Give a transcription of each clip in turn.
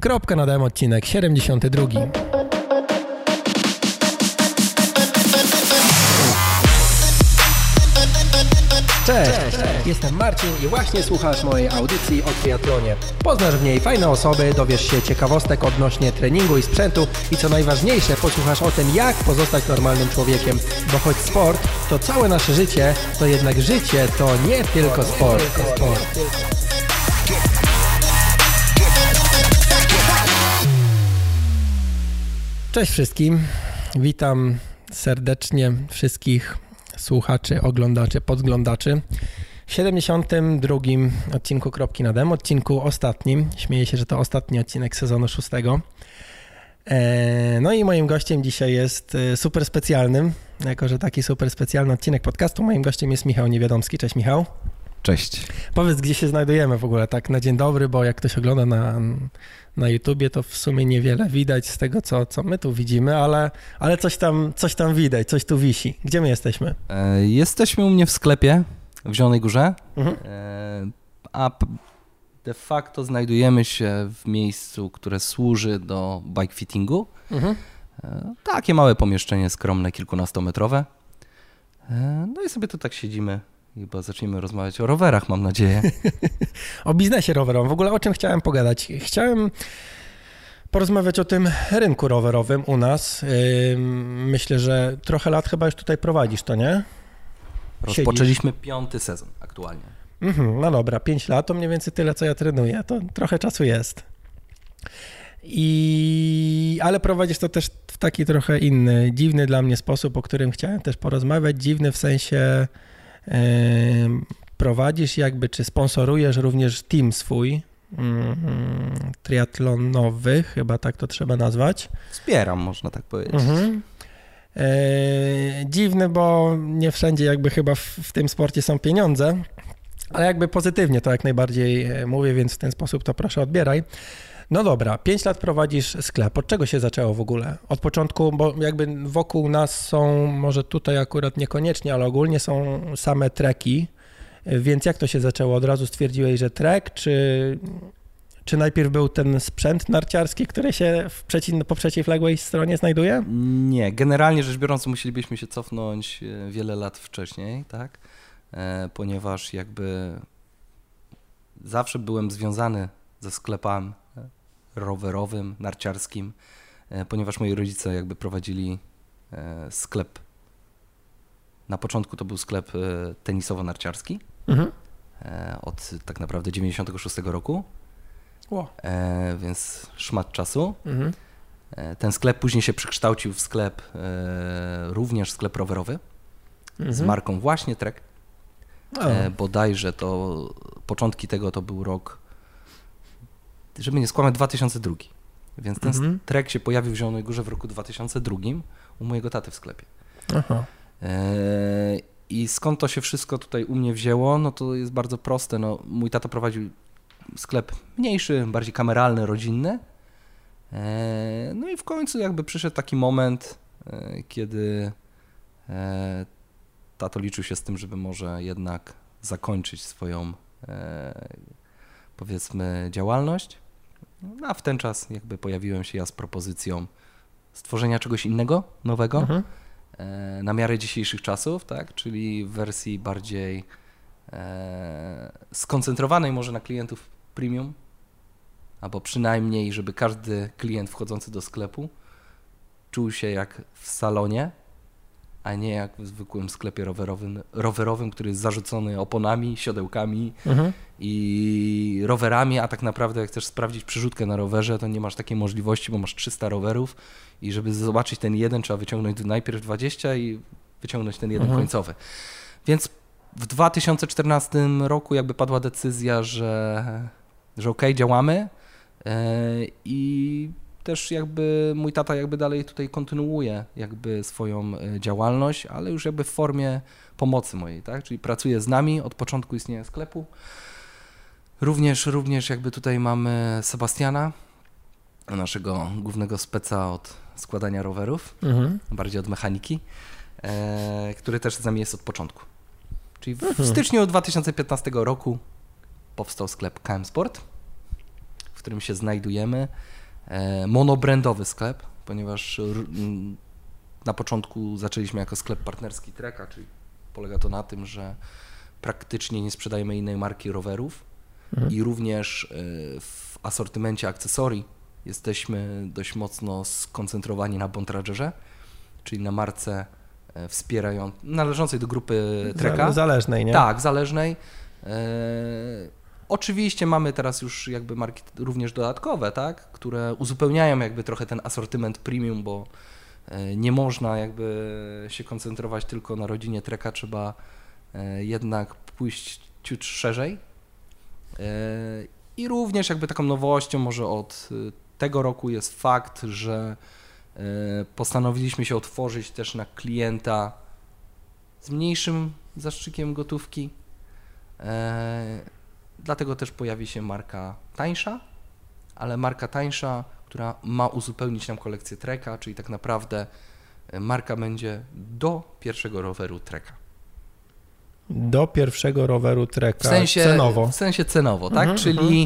Kropka na demo, odcinek 72. Cześć, jestem Marcin i właśnie słuchasz mojej audycji o triatlonie. Poznasz w niej fajne osoby, dowiesz się ciekawostek odnośnie treningu i sprzętu i co najważniejsze, posłuchasz o tym, jak pozostać normalnym człowiekiem. Bo choć sport to całe nasze życie, to jednak życie to nie tylko sport. Cześć wszystkim, witam serdecznie wszystkich słuchaczy, oglądaczy, podglądaczy w 72. odcinku Kropki na Demo, odcinku ostatnim. Śmieję się, że to ostatni odcinek sezonu 6. No i moim gościem dzisiaj jest super specjalnym, jako że taki super specjalny odcinek podcastu. Moim gościem jest Michał Niewiadomski. Cześć Michał. Cześć. Powiedz, gdzie się znajdujemy w ogóle, tak na dzień dobry, bo jak ktoś ogląda na YouTubie, to w sumie niewiele widać z tego, co my tu widzimy, ale coś tam widać, coś tu wisi. Gdzie my jesteśmy? Jesteśmy u mnie w sklepie w Zielonej Górze, a de facto znajdujemy się w miejscu, które służy do bike fittingu. Takie małe pomieszczenie skromne, kilkunastometrowe. No i sobie tu tak siedzimy. Chyba zaczniemy rozmawiać o rowerach, mam nadzieję. O biznesie rowerowym. W ogóle o czym chciałem pogadać? Chciałem porozmawiać o tym rynku rowerowym u nas. Myślę, że trochę lat chyba już tutaj prowadzisz to, nie? Rozpoczęliśmy 5. sezon aktualnie. No dobra, 5 lat to mniej więcej tyle, co ja trenuję. To trochę czasu jest. Ale prowadzisz to też w taki trochę inny, dziwny dla mnie sposób, o którym chciałem też porozmawiać. Dziwny w sensie... prowadzisz jakby, czy sponsorujesz również team swój triatlonowy, chyba tak to trzeba nazwać. Wspieram, można tak powiedzieć. Dziwny, bo nie wszędzie jakby chyba w tym sporcie są pieniądze, ale jakby pozytywnie to jak najbardziej mówię, więc w ten sposób to proszę odbieraj. No dobra, 5 lat prowadzisz sklep. Od czego się zaczęło w ogóle? Od początku, bo jakby wokół nas są, może tutaj akurat niekoniecznie, ale ogólnie są same treki, więc jak to się zaczęło? Od razu stwierdziłeś, że trek, czy najpierw był ten sprzęt narciarski, który się po przeciwległej stronie znajduje? Nie, generalnie rzecz biorąc musielibyśmy się cofnąć wiele lat wcześniej, tak? Ponieważ jakby zawsze byłem związany ze sklepem rowerowym, narciarskim, ponieważ moi rodzice jakby prowadzili sklep. Na początku to był sklep tenisowo-narciarski od tak naprawdę 96 roku, więc szmat czasu. Ten sklep później się przekształcił w sklep, również sklep rowerowy z marką właśnie Trek. Bodajże to początki tego to był rok, żeby nie skłamać, 2002. Więc ten Trek się pojawił w Zielonej Górze w roku 2002 u mojego taty w sklepie. I skąd to się wszystko tutaj u mnie wzięło? No to jest bardzo proste. No, mój tata prowadził sklep mniejszy, bardziej kameralny, rodzinny. No i w końcu jakby przyszedł taki moment, kiedy tato liczył się z tym, żeby może jednak zakończyć swoją powiedzmy działalność. No, a w ten czas jakby pojawiłem się ja z propozycją stworzenia czegoś innego, nowego, na miarę dzisiejszych czasów, tak? Czyli w wersji bardziej skoncentrowanej może na klientów premium, albo przynajmniej, żeby każdy klient wchodzący do sklepu czuł się jak w salonie, a nie jak w zwykłym sklepie rowerowym, który jest zarzucony oponami, siodełkami i rowerami, a tak naprawdę jak chcesz sprawdzić przerzutkę na rowerze, to nie masz takiej możliwości, bo masz 300 rowerów i żeby zobaczyć ten jeden, trzeba wyciągnąć najpierw 20 i wyciągnąć ten jeden końcowy. Więc w 2014 roku jakby padła decyzja, że okej, działamy i też jakby mój tata jakby dalej tutaj kontynuuje jakby swoją działalność, ale już jakby w formie pomocy mojej, tak? Czyli pracuje z nami od początku istnienia sklepu. Również jakby tutaj mamy Sebastiana, naszego głównego speca od składania rowerów, bardziej od mechaniki, który też z nami jest od początku. Czyli w styczniu 2015 roku powstał sklep KM Sport, w którym się znajdujemy. Monobrandowy sklep, ponieważ na początku zaczęliśmy jako sklep partnerski Treka, czyli polega to na tym, że praktycznie nie sprzedajemy innej marki rowerów i również w asortymencie akcesorii jesteśmy dość mocno skoncentrowani na Bontragerze, czyli na marce należącej do grupy Treka. Zależnej, nie? Tak, zależnej. Oczywiście mamy teraz już jakby marki również dodatkowe, tak, które uzupełniają jakby trochę ten asortyment premium, bo nie można jakby się koncentrować tylko na rodzinie Treka, trzeba jednak pójść ciut szerzej. I również jakby taką nowością może od tego roku jest fakt, że postanowiliśmy się otworzyć też na klienta z mniejszym zastrzykiem gotówki. Dlatego też pojawi się marka tańsza, ale marka tańsza, która ma uzupełnić nam kolekcję Treka, czyli tak naprawdę marka będzie do pierwszego roweru Treka. Do pierwszego roweru Treka cenowo. W sensie cenowo, tak? Czyli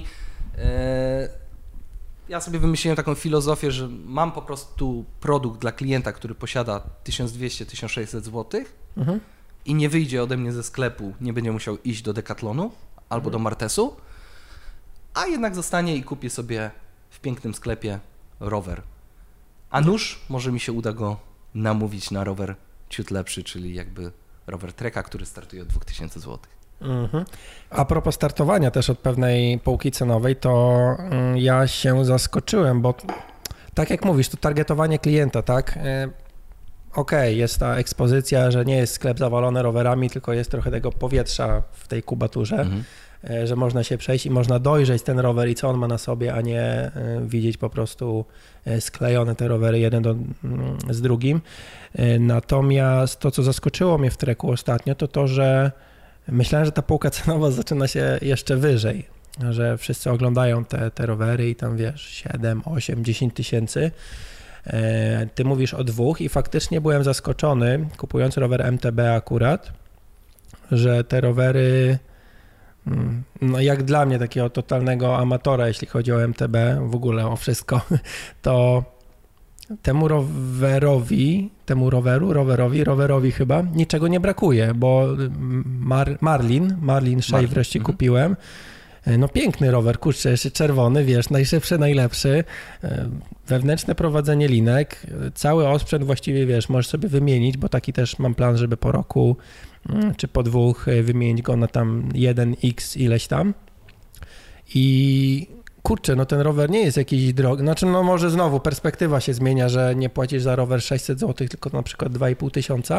ja sobie wymyśliłem taką filozofię, że mam po prostu produkt dla klienta, który posiada 1200-1600 zł i nie wyjdzie ode mnie ze sklepu, nie będzie musiał iść do Decathlonu albo do Martesu, a jednak zostanie i kupię sobie w pięknym sklepie rower. A nuż może mi się uda go namówić na rower ciut lepszy, czyli jakby rower Treka, który startuje od 2000 zł. A propos startowania też od pewnej półki cenowej, to ja się zaskoczyłem, bo tak jak mówisz, to targetowanie klienta, tak? Okej, jest ta ekspozycja, że nie jest sklep zawalony rowerami, tylko jest trochę tego powietrza w tej kubaturze, że można się przejść i można dojrzeć ten rower i co on ma na sobie, a nie widzieć po prostu sklejone te rowery jeden z drugim. Natomiast to, co zaskoczyło mnie w Treku ostatnio, to to, że myślałem, że ta półka cenowa zaczyna się jeszcze wyżej, że wszyscy oglądają te rowery i tam wiesz 7, 8, 10 tysięcy. Ty mówisz o 2 i faktycznie byłem zaskoczony, kupując rower MTB akurat, że te rowery, no jak dla mnie takiego totalnego amatora, jeśli chodzi o MTB, w ogóle o wszystko, to rowerowi chyba niczego nie brakuje, bo Marlin 6 wreszcie kupiłem. No piękny rower, kurczę, jeszcze czerwony, wiesz, najszybszy, najlepszy, wewnętrzne prowadzenie linek, cały osprzęt właściwie, wiesz, możesz sobie wymienić, bo taki też mam plan, żeby po roku czy po 2 wymienić go na tam 1x ileś tam i kurczę, no ten rower nie jest jakiś drogi, znaczy no może znowu perspektywa się zmienia, że nie płacisz za rower 600 zł, tylko na przykład 2500,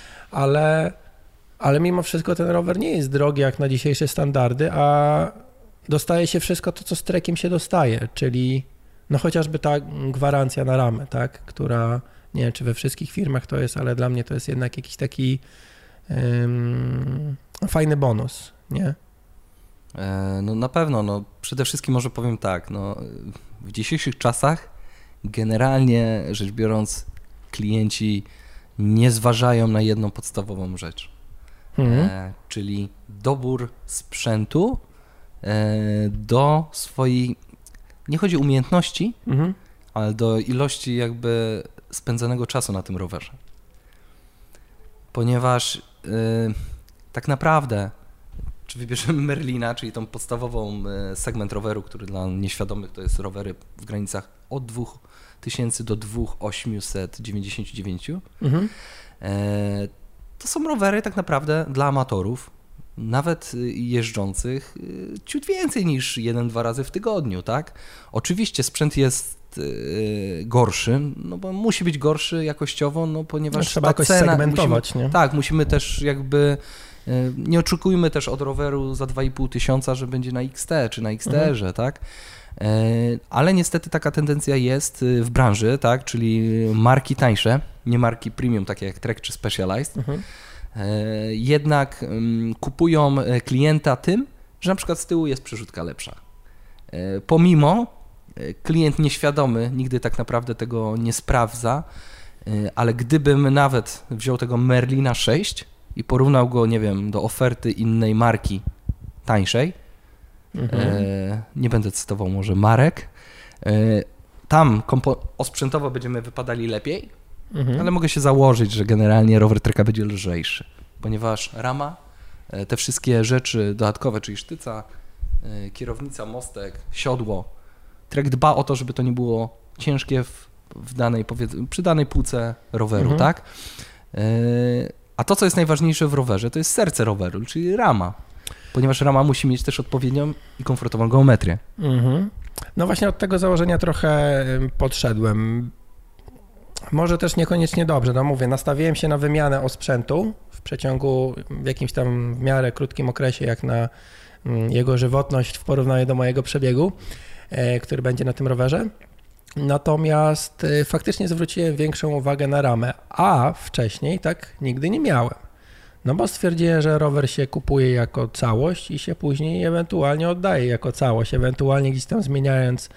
ale mimo wszystko ten rower nie jest drogi jak na dzisiejsze standardy, a dostaje się wszystko to, co z Trekiem się dostaje, czyli no chociażby ta gwarancja na ramę, tak, która nie wiem, czy we wszystkich firmach to jest, ale dla mnie to jest jednak jakiś taki fajny bonus, nie? No na pewno, no przede wszystkim może powiem tak, no w dzisiejszych czasach generalnie rzecz biorąc klienci nie zważają na jedną podstawową rzecz, czyli dobór sprzętu do swojej, nie chodzi o umiejętności, ale do ilości jakby spędzonego czasu na tym rowerze. Ponieważ tak naprawdę czy wybierzemy Merlina, czyli tą podstawową segment roweru, który dla nieświadomych to jest rowery w granicach od 2000 do 2899. To są rowery tak naprawdę dla amatorów, nawet jeżdżących ciut więcej niż 1-2 razy w tygodniu, tak? Oczywiście sprzęt jest gorszy, no bo musi być gorszy jakościowo, no ponieważ trzeba jakoś segmentować, nie? Tak, musimy też jakby nie oczekujmy też od roweru za 2500, że będzie na XT czy na XTR-ze, tak? Ale niestety taka tendencja jest w branży, tak? Czyli marki tańsze, nie marki premium, takie jak Trek czy Specialized, jednak kupują klienta tym, że na przykład z tyłu jest przerzutka lepsza. Pomimo klient nieświadomy nigdy tak naprawdę tego nie sprawdza, ale gdybym nawet wziął tego Merlina 6 i porównał go, nie wiem, do oferty innej marki tańszej, Nie będę cytował może marek. Tam osprzętowo będziemy wypadali lepiej, ale mogę się założyć, że generalnie rower treka będzie lżejszy, ponieważ rama, te wszystkie rzeczy dodatkowe, czyli sztyca, kierownica, mostek, siodło, trek dba o to, żeby to nie było ciężkie przy danej półce roweru, tak? A to, co jest najważniejsze w rowerze, to jest serce roweru, czyli rama, ponieważ rama musi mieć też odpowiednią i komfortową geometrię. No właśnie od tego założenia trochę podszedłem. Może też niekoniecznie dobrze, no mówię, nastawiłem się na wymianę osprzętu w przeciągu w jakimś tam w miarę krótkim okresie, jak na jego żywotność w porównaniu do mojego przebiegu, który będzie na tym rowerze. Natomiast faktycznie zwróciłem większą uwagę na ramę, a wcześniej tak nigdy nie miałem. No bo stwierdziłem, że rower się kupuje jako całość i się później ewentualnie oddaje jako całość, ewentualnie gdzieś tam zmieniając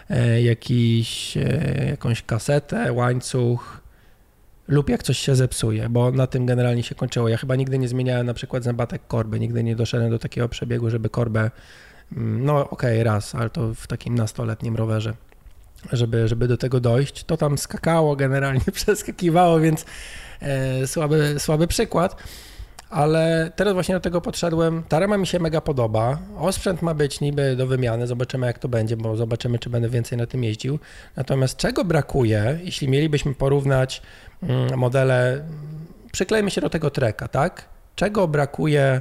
jakąś kasetę, łańcuch lub jak coś się zepsuje, bo na tym generalnie się kończyło. Ja chyba nigdy nie zmieniałem na przykład zębatek korby, nigdy nie doszedłem do takiego przebiegu, żeby korbę, no okej, raz, ale to w takim nastoletnim rowerze, żeby do tego dojść. To tam skakało generalnie, przeskakiwało, więc słaby przykład. Ale teraz właśnie do tego podszedłem. Ta rama mi się mega podoba. Osprzęt ma być niby do wymiany. Zobaczymy, jak to będzie, bo zobaczymy, czy będę więcej na tym jeździł. Natomiast czego brakuje, jeśli mielibyśmy porównać modele, przyklejmy się do tego Treka, tak? Czego brakuje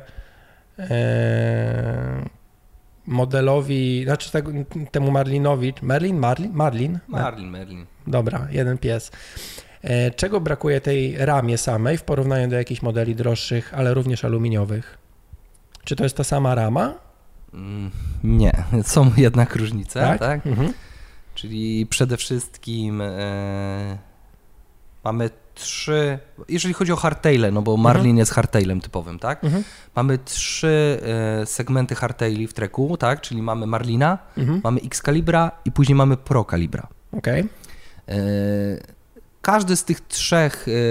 modelowi, znaczy temu Marlinowi, Marlin? Dobra, jeden pies. Czego brakuje tej ramie samej w porównaniu do jakichś modeli droższych, ale również aluminiowych? Czy to jest ta sama rama? Nie, są jednak różnice, tak? Czyli przede wszystkim mamy 3, jeżeli chodzi o hardtaile, no bo Marlin jest hardtailem typowym, tak? Mamy 3 segmenty hardtaili w treku, tak? Czyli mamy Marlina, mamy X-Calibra i później mamy Pro Calibra. Okej. Każdy z tych 3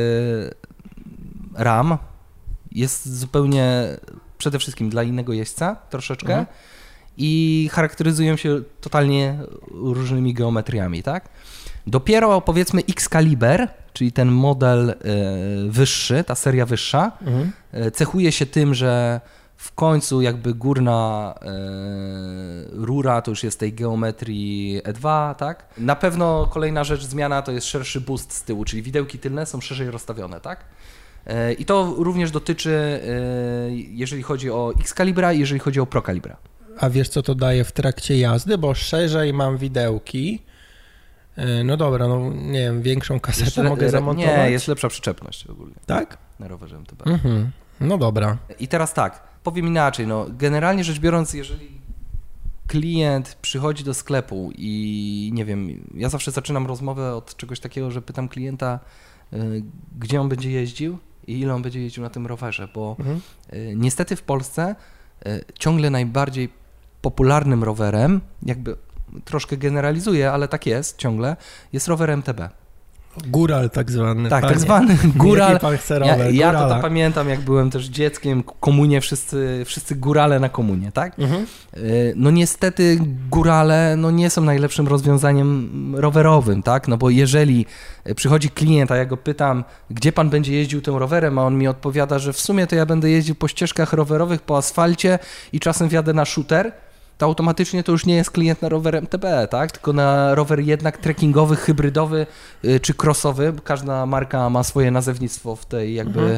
ram jest zupełnie przede wszystkim dla innego jeźdźca troszeczkę i charakteryzują się totalnie różnymi geometriami, tak? Dopiero powiedzmy X-Caliber, czyli ten model wyższy, ta seria wyższa, cechuje się tym, że w końcu jakby górna rura to już jest tej geometrii E2, tak? Na pewno kolejna rzecz, zmiana to jest szerszy boost z tyłu, czyli widełki tylne są szerzej rozstawione, tak? I to również dotyczy, jeżeli chodzi o X-Calibra i jeżeli chodzi o Pro Calibra. A wiesz, co to daje w trakcie jazdy? Bo szerzej mam widełki. No dobra, no nie wiem, większą kasetę mogę zamontować? Nie, jest lepsza przyczepność ogólnie. Tak? Na rowerze MTB. No dobra. I teraz tak, powiem inaczej, no generalnie rzecz biorąc, jeżeli klient przychodzi do sklepu i nie wiem, ja zawsze zaczynam rozmowę od czegoś takiego, że pytam klienta, gdzie on będzie jeździł i ile on będzie jeździł na tym rowerze, bo niestety w Polsce ciągle najbardziej popularnym rowerem, jakby troszkę generalizuję, ale tak jest ciągle, jest rower MTB. Góral tak zwany. Tak, tak zwany góral. Pan chce rower, ja to pamiętam, jak byłem też dzieckiem, komunie, wszyscy górale na komunie, tak? No niestety górale no nie są najlepszym rozwiązaniem rowerowym, tak? No bo jeżeli przychodzi klient, a ja go pytam, gdzie pan będzie jeździł tym rowerem, a on mi odpowiada, że w sumie to ja będę jeździł po ścieżkach rowerowych, po asfalcie i czasem wjadę na shooter, to automatycznie to już nie jest klient na rower MTB, tak? Tylko na rower jednak trekkingowy, hybrydowy czy crossowy. Każda marka ma swoje nazewnictwo w tej jakby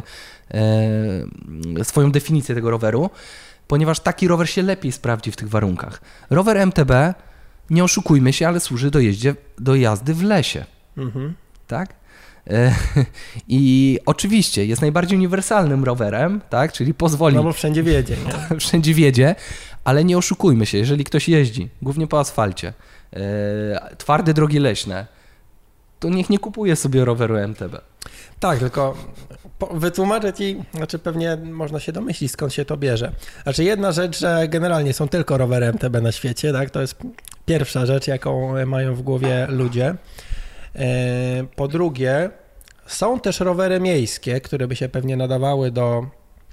swoją definicję tego roweru, ponieważ taki rower się lepiej sprawdzi w tych warunkach. Rower MTB, nie oszukujmy się, ale służy do jazdy w lesie, tak? I oczywiście jest najbardziej uniwersalnym rowerem, tak? Czyli pozwoli... No bo wszędzie wiedzie. Nie? Wszędzie wiedzie, ale nie oszukujmy się, jeżeli ktoś jeździ, głównie po asfalcie, twarde drogi leśne, to niech nie kupuje sobie roweru MTB. Tak, tylko wytłumaczę ci, znaczy pewnie można się domyślić, skąd się to bierze. Znaczy jedna rzecz, że generalnie są tylko rowery MTB na świecie, tak? To jest pierwsza rzecz, jaką mają w głowie ludzie. Po drugie, są też rowery miejskie, które by się pewnie nadawały do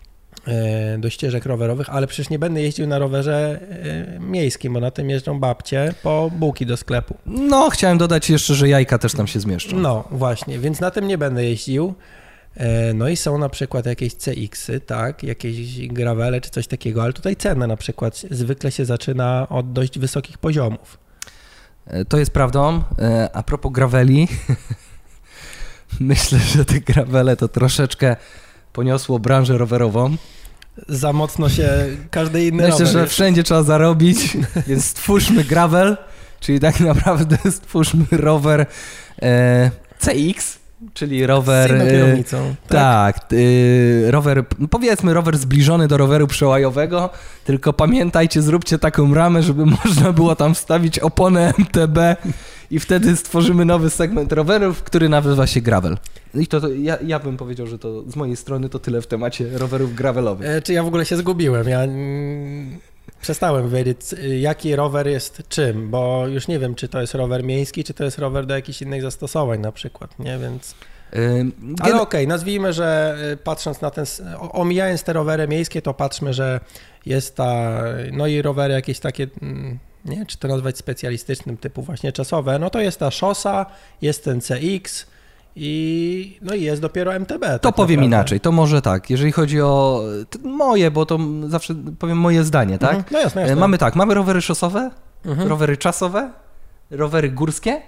do ścieżek rowerowych, ale przecież nie będę jeździł na rowerze miejskim, bo na tym jeżdżą babcie po bułki do sklepu. No, chciałem dodać jeszcze, że jajka też tam się zmieszczą. No, właśnie, więc na tym nie będę jeździł. No i są na przykład jakieś CX-y, tak, jakieś gravele czy coś takiego, ale tutaj cena na przykład zwykle się zaczyna od dość wysokich poziomów. To jest prawdą. A propos graveli, myślę, że te gravele to troszeczkę poniosło branżę rowerową. Za mocno się każdy inny Myślę, rower że jest. wszędzie trzeba zarobić, więc stwórzmy gravel, czyli tak naprawdę stwórzmy rower CX, czyli rower... Z inną kierownicą. Tak, rower, powiedzmy rower zbliżony do roweru przełajowego, tylko pamiętajcie, zróbcie taką ramę, żeby można było tam wstawić oponę MTB i wtedy stworzymy nowy segment rowerów, który nazywa się gravel. I to ja bym powiedział, że to z mojej strony to tyle w temacie rowerów gravelowych. Czy ja w ogóle się zgubiłem? Ja przestałem wiedzieć, jaki rower jest czym, bo już nie wiem, czy to jest rower miejski, czy to jest rower do jakichś innych zastosowań na przykład, nie? Więc... Ale okej, nazwijmy, że patrząc na ten, omijając te rowery miejskie, to patrzmy, że jest no i rowery jakieś takie, nie wiem, czy to nazwać specjalistycznym, typu właśnie czasowe, no to jest ta szosa, jest ten CX i jest dopiero MTB. To tak powiem naprawdę. inaczej, to może tak, jeżeli chodzi o moje, bo to zawsze powiem moje zdanie, tak? No jasne. Mamy rowery szosowe, rowery czasowe, rowery górskie,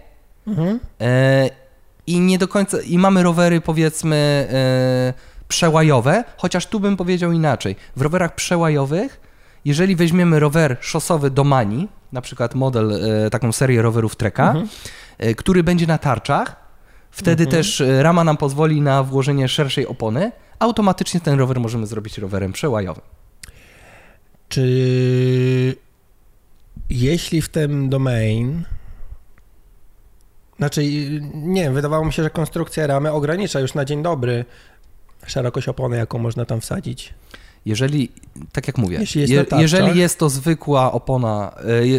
i nie do końca, i mamy rowery powiedzmy przełajowe, chociaż tu bym powiedział inaczej. W rowerach przełajowych, jeżeli weźmiemy rower szosowy do Mani, na przykład model, taką serię rowerów Treka, który będzie na tarczach, wtedy też rama nam pozwoli na włożenie szerszej opony, automatycznie ten rower możemy zrobić rowerem przełajowym. Czy jeśli w tym domain... Znaczy, nie, wydawało mi się, że konstrukcja ramy ogranicza już na dzień dobry szerokość opony, jaką można tam wsadzić. Jeżeli, tak jak mówię, jeżeli jest to zwykła opona,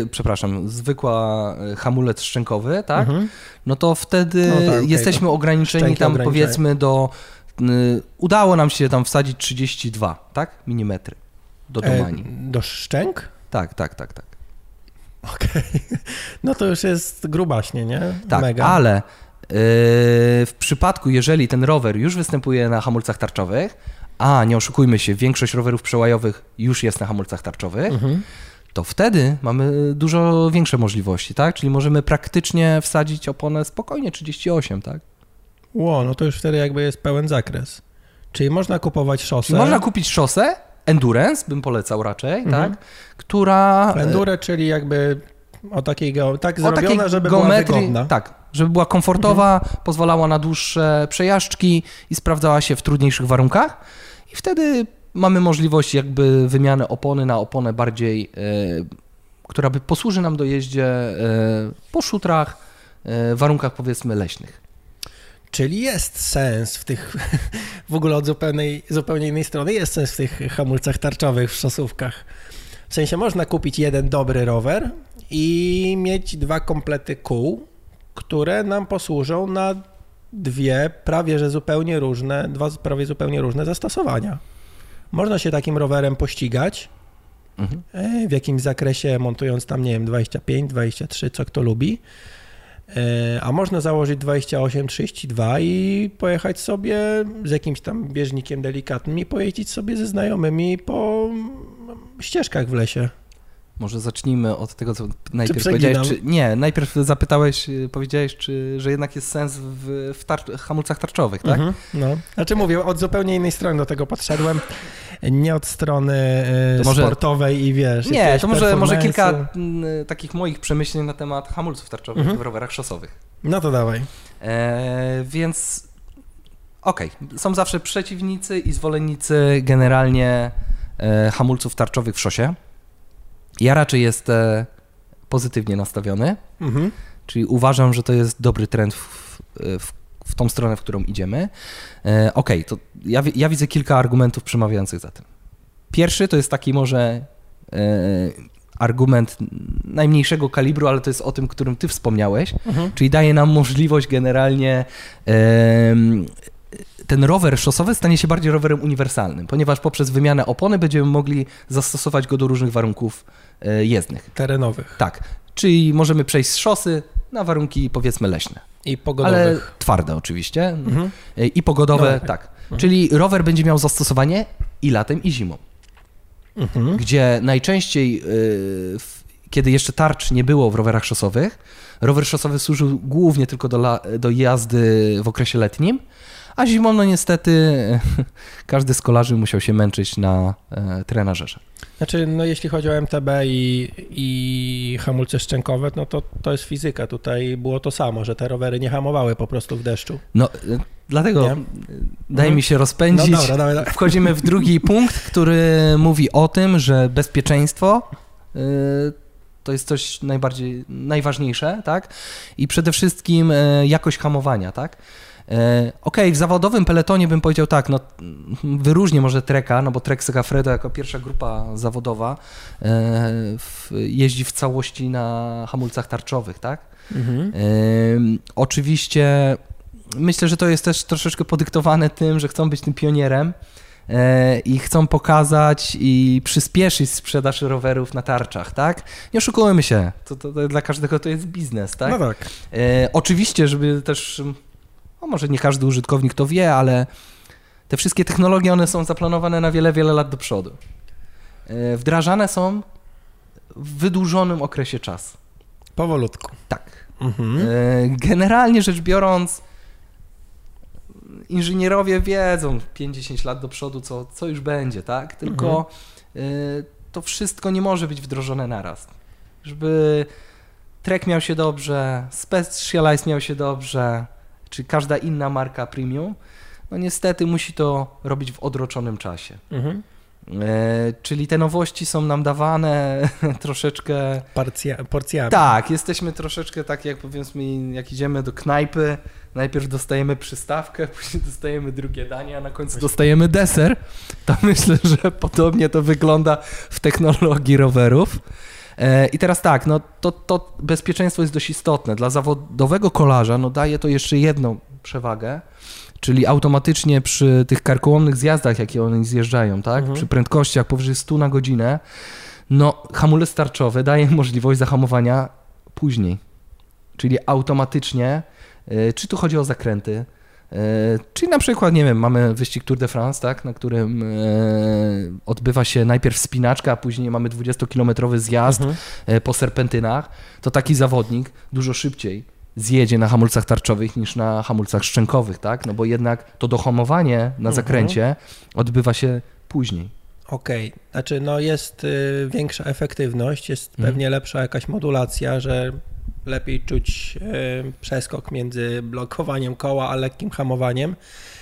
zwykła hamulec szczękowy, tak, no to wtedy jesteśmy ograniczeni tam powiedzmy do, udało nam się tam wsadzić 32, tak, milimetry do domani. Do szczęk? Tak. Okej. No to już jest grubaśnie, nie? Tak, mega. Ale w przypadku, jeżeli ten rower już występuje na hamulcach tarczowych, a nie oszukujmy się, większość rowerów przełajowych już jest na hamulcach tarczowych, to wtedy mamy dużo większe możliwości, tak? Czyli możemy praktycznie wsadzić oponę spokojnie 38, tak? No to już wtedy jakby jest pełen zakres. Czyli można kupować szosę. Czyli można kupić szosę, endurance bym polecał raczej, tak? Która... Endure, czyli jakby tak zrobiona, żeby była wygodna. Tak, żeby była komfortowa, pozwalała na dłuższe przejażdżki i sprawdzała się w trudniejszych warunkach. I wtedy mamy możliwość jakby wymiany opony na oponę bardziej, która posłuży nam do jeździe po szutrach, warunkach powiedzmy leśnych. Czyli jest sens w tych, w ogóle od zupełnie innej strony, jest sens w tych hamulcach tarczowych w szosówkach. W sensie można kupić jeden dobry rower i mieć 2 komplety kół, które nam posłużą na dwa prawie zupełnie różne zastosowania. Można się takim rowerem pościgać w jakimś zakresie, montując tam, nie wiem, 25, 23, co kto lubi. A można założyć 28, 32 i pojechać sobie z jakimś tam bieżnikiem delikatnym i pojeździć sobie ze znajomymi po ścieżkach w lesie. Może zacznijmy od tego, co najpierw powiedziałeś. Najpierw powiedziałeś, że jednak jest sens w hamulcach tarczowych, tak? No. Znaczy mówię, od zupełnie innej strony do tego podszedłem. Nie od strony sportowej i wiesz... Nie, to może kilka takich moich przemyśleń na temat hamulców tarczowych w rowerach szosowych. No to dawaj. Więc są zawsze przeciwnicy i zwolennicy generalnie hamulców tarczowych w szosie. Ja raczej jestem pozytywnie nastawiony, czyli uważam, że to jest dobry trend w tą stronę, w którą idziemy. To ja widzę kilka argumentów przemawiających za tym. Pierwszy to jest taki może argument najmniejszego kalibru, ale to jest o tym, którym ty wspomniałeś, czyli daje nam możliwość generalnie ten rower szosowy stanie się bardziej rowerem uniwersalnym, ponieważ poprzez wymianę opony będziemy mogli zastosować go do różnych warunków jezdnych. Terenowych. Tak, czyli możemy przejść z szosy na warunki powiedzmy leśne. I pogodowych. Ale twarde oczywiście. I pogodowe, tak. Czyli rower będzie miał zastosowanie i latem, i zimą. Gdzie najczęściej, kiedy jeszcze tarcz nie było w rowerach szosowych, rower szosowy służył głównie tylko do jazdy w okresie letnim, a zimą, no niestety, każdy z kolarzy musiał się męczyć na trenażerze. Znaczy, no jeśli chodzi o MTB i hamulce szczękowe, no to jest fizyka. Tutaj było to samo, że te rowery nie hamowały po prostu w deszczu. No, dlatego daj mi się rozpędzić. No dobra, dawaj. Wchodzimy w drugi punkt, który mówi o tym, że bezpieczeństwo to jest coś najważniejsze, tak? I przede wszystkim jakość hamowania, tak? Okej, w zawodowym peletonie bym powiedział tak, no wyróżnię może Treka, no bo Trek Segafredo jako pierwsza grupa zawodowa jeździ w całości na hamulcach tarczowych, tak? Oczywiście myślę, że to jest też troszeczkę podyktowane tym, że chcą być tym pionierem i chcą pokazać i przyspieszyć sprzedaż rowerów na tarczach, tak? Nie oszukujmy się, to dla każdego to jest biznes, tak? No tak. Oczywiście, żeby też, no może nie każdy użytkownik to wie, ale te wszystkie technologie, one są zaplanowane na wiele, wiele lat do przodu. Wdrażane są w wydłużonym okresie czasu. Powolutku. Tak. Generalnie rzecz biorąc, inżynierowie wiedzą 5-10 lat do przodu, co już będzie, tak? Tylko to wszystko nie może być wdrożone naraz. Żeby Trek miał się dobrze, Specialized miał się dobrze, czy każda inna marka premium, no niestety musi to robić w odroczonym czasie. Czyli te nowości są nam dawane troszeczkę... Porcjami. Tak, jesteśmy troszeczkę tak jak powiedzmy, jak idziemy do knajpy, najpierw dostajemy przystawkę, później dostajemy drugie danie, a na końcu dostajemy deser. To myślę, że podobnie to wygląda w technologii rowerów. I teraz tak, no to bezpieczeństwo jest dość istotne. Dla zawodowego kolarza no daje to jeszcze jedną przewagę, czyli automatycznie przy tych karkołomnych zjazdach, jakie oni zjeżdżają, tak? Przy prędkościach powyżej 100 na godzinę, no hamulec tarczowy daje możliwość zahamowania później. Czyli automatycznie, czy tu chodzi o zakręty, czyli na przykład, nie wiem, mamy wyścig Tour de France, tak, na którym odbywa się najpierw wspinaczka, a później mamy 20-kilometrowy zjazd po serpentynach, to taki zawodnik dużo szybciej zjedzie na hamulcach tarczowych niż na hamulcach szczękowych, tak, no bo jednak to dohamowanie na zakręcie odbywa się później. Okej, znaczy no jest większa efektywność, jest pewnie lepsza jakaś modulacja, że lepiej czuć przeskok między blokowaniem koła a lekkim hamowaniem,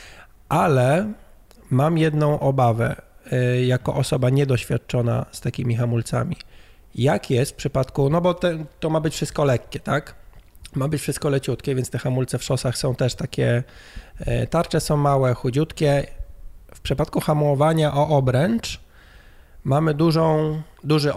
ale mam jedną obawę jako osoba niedoświadczona z takimi hamulcami. Jak jest w przypadku, no bo to ma być wszystko lekkie, tak? Ma być wszystko leciutkie, więc te hamulce w szosach są też takie, tarcze są małe, chudziutkie. W przypadku hamowania o obręcz mamy duży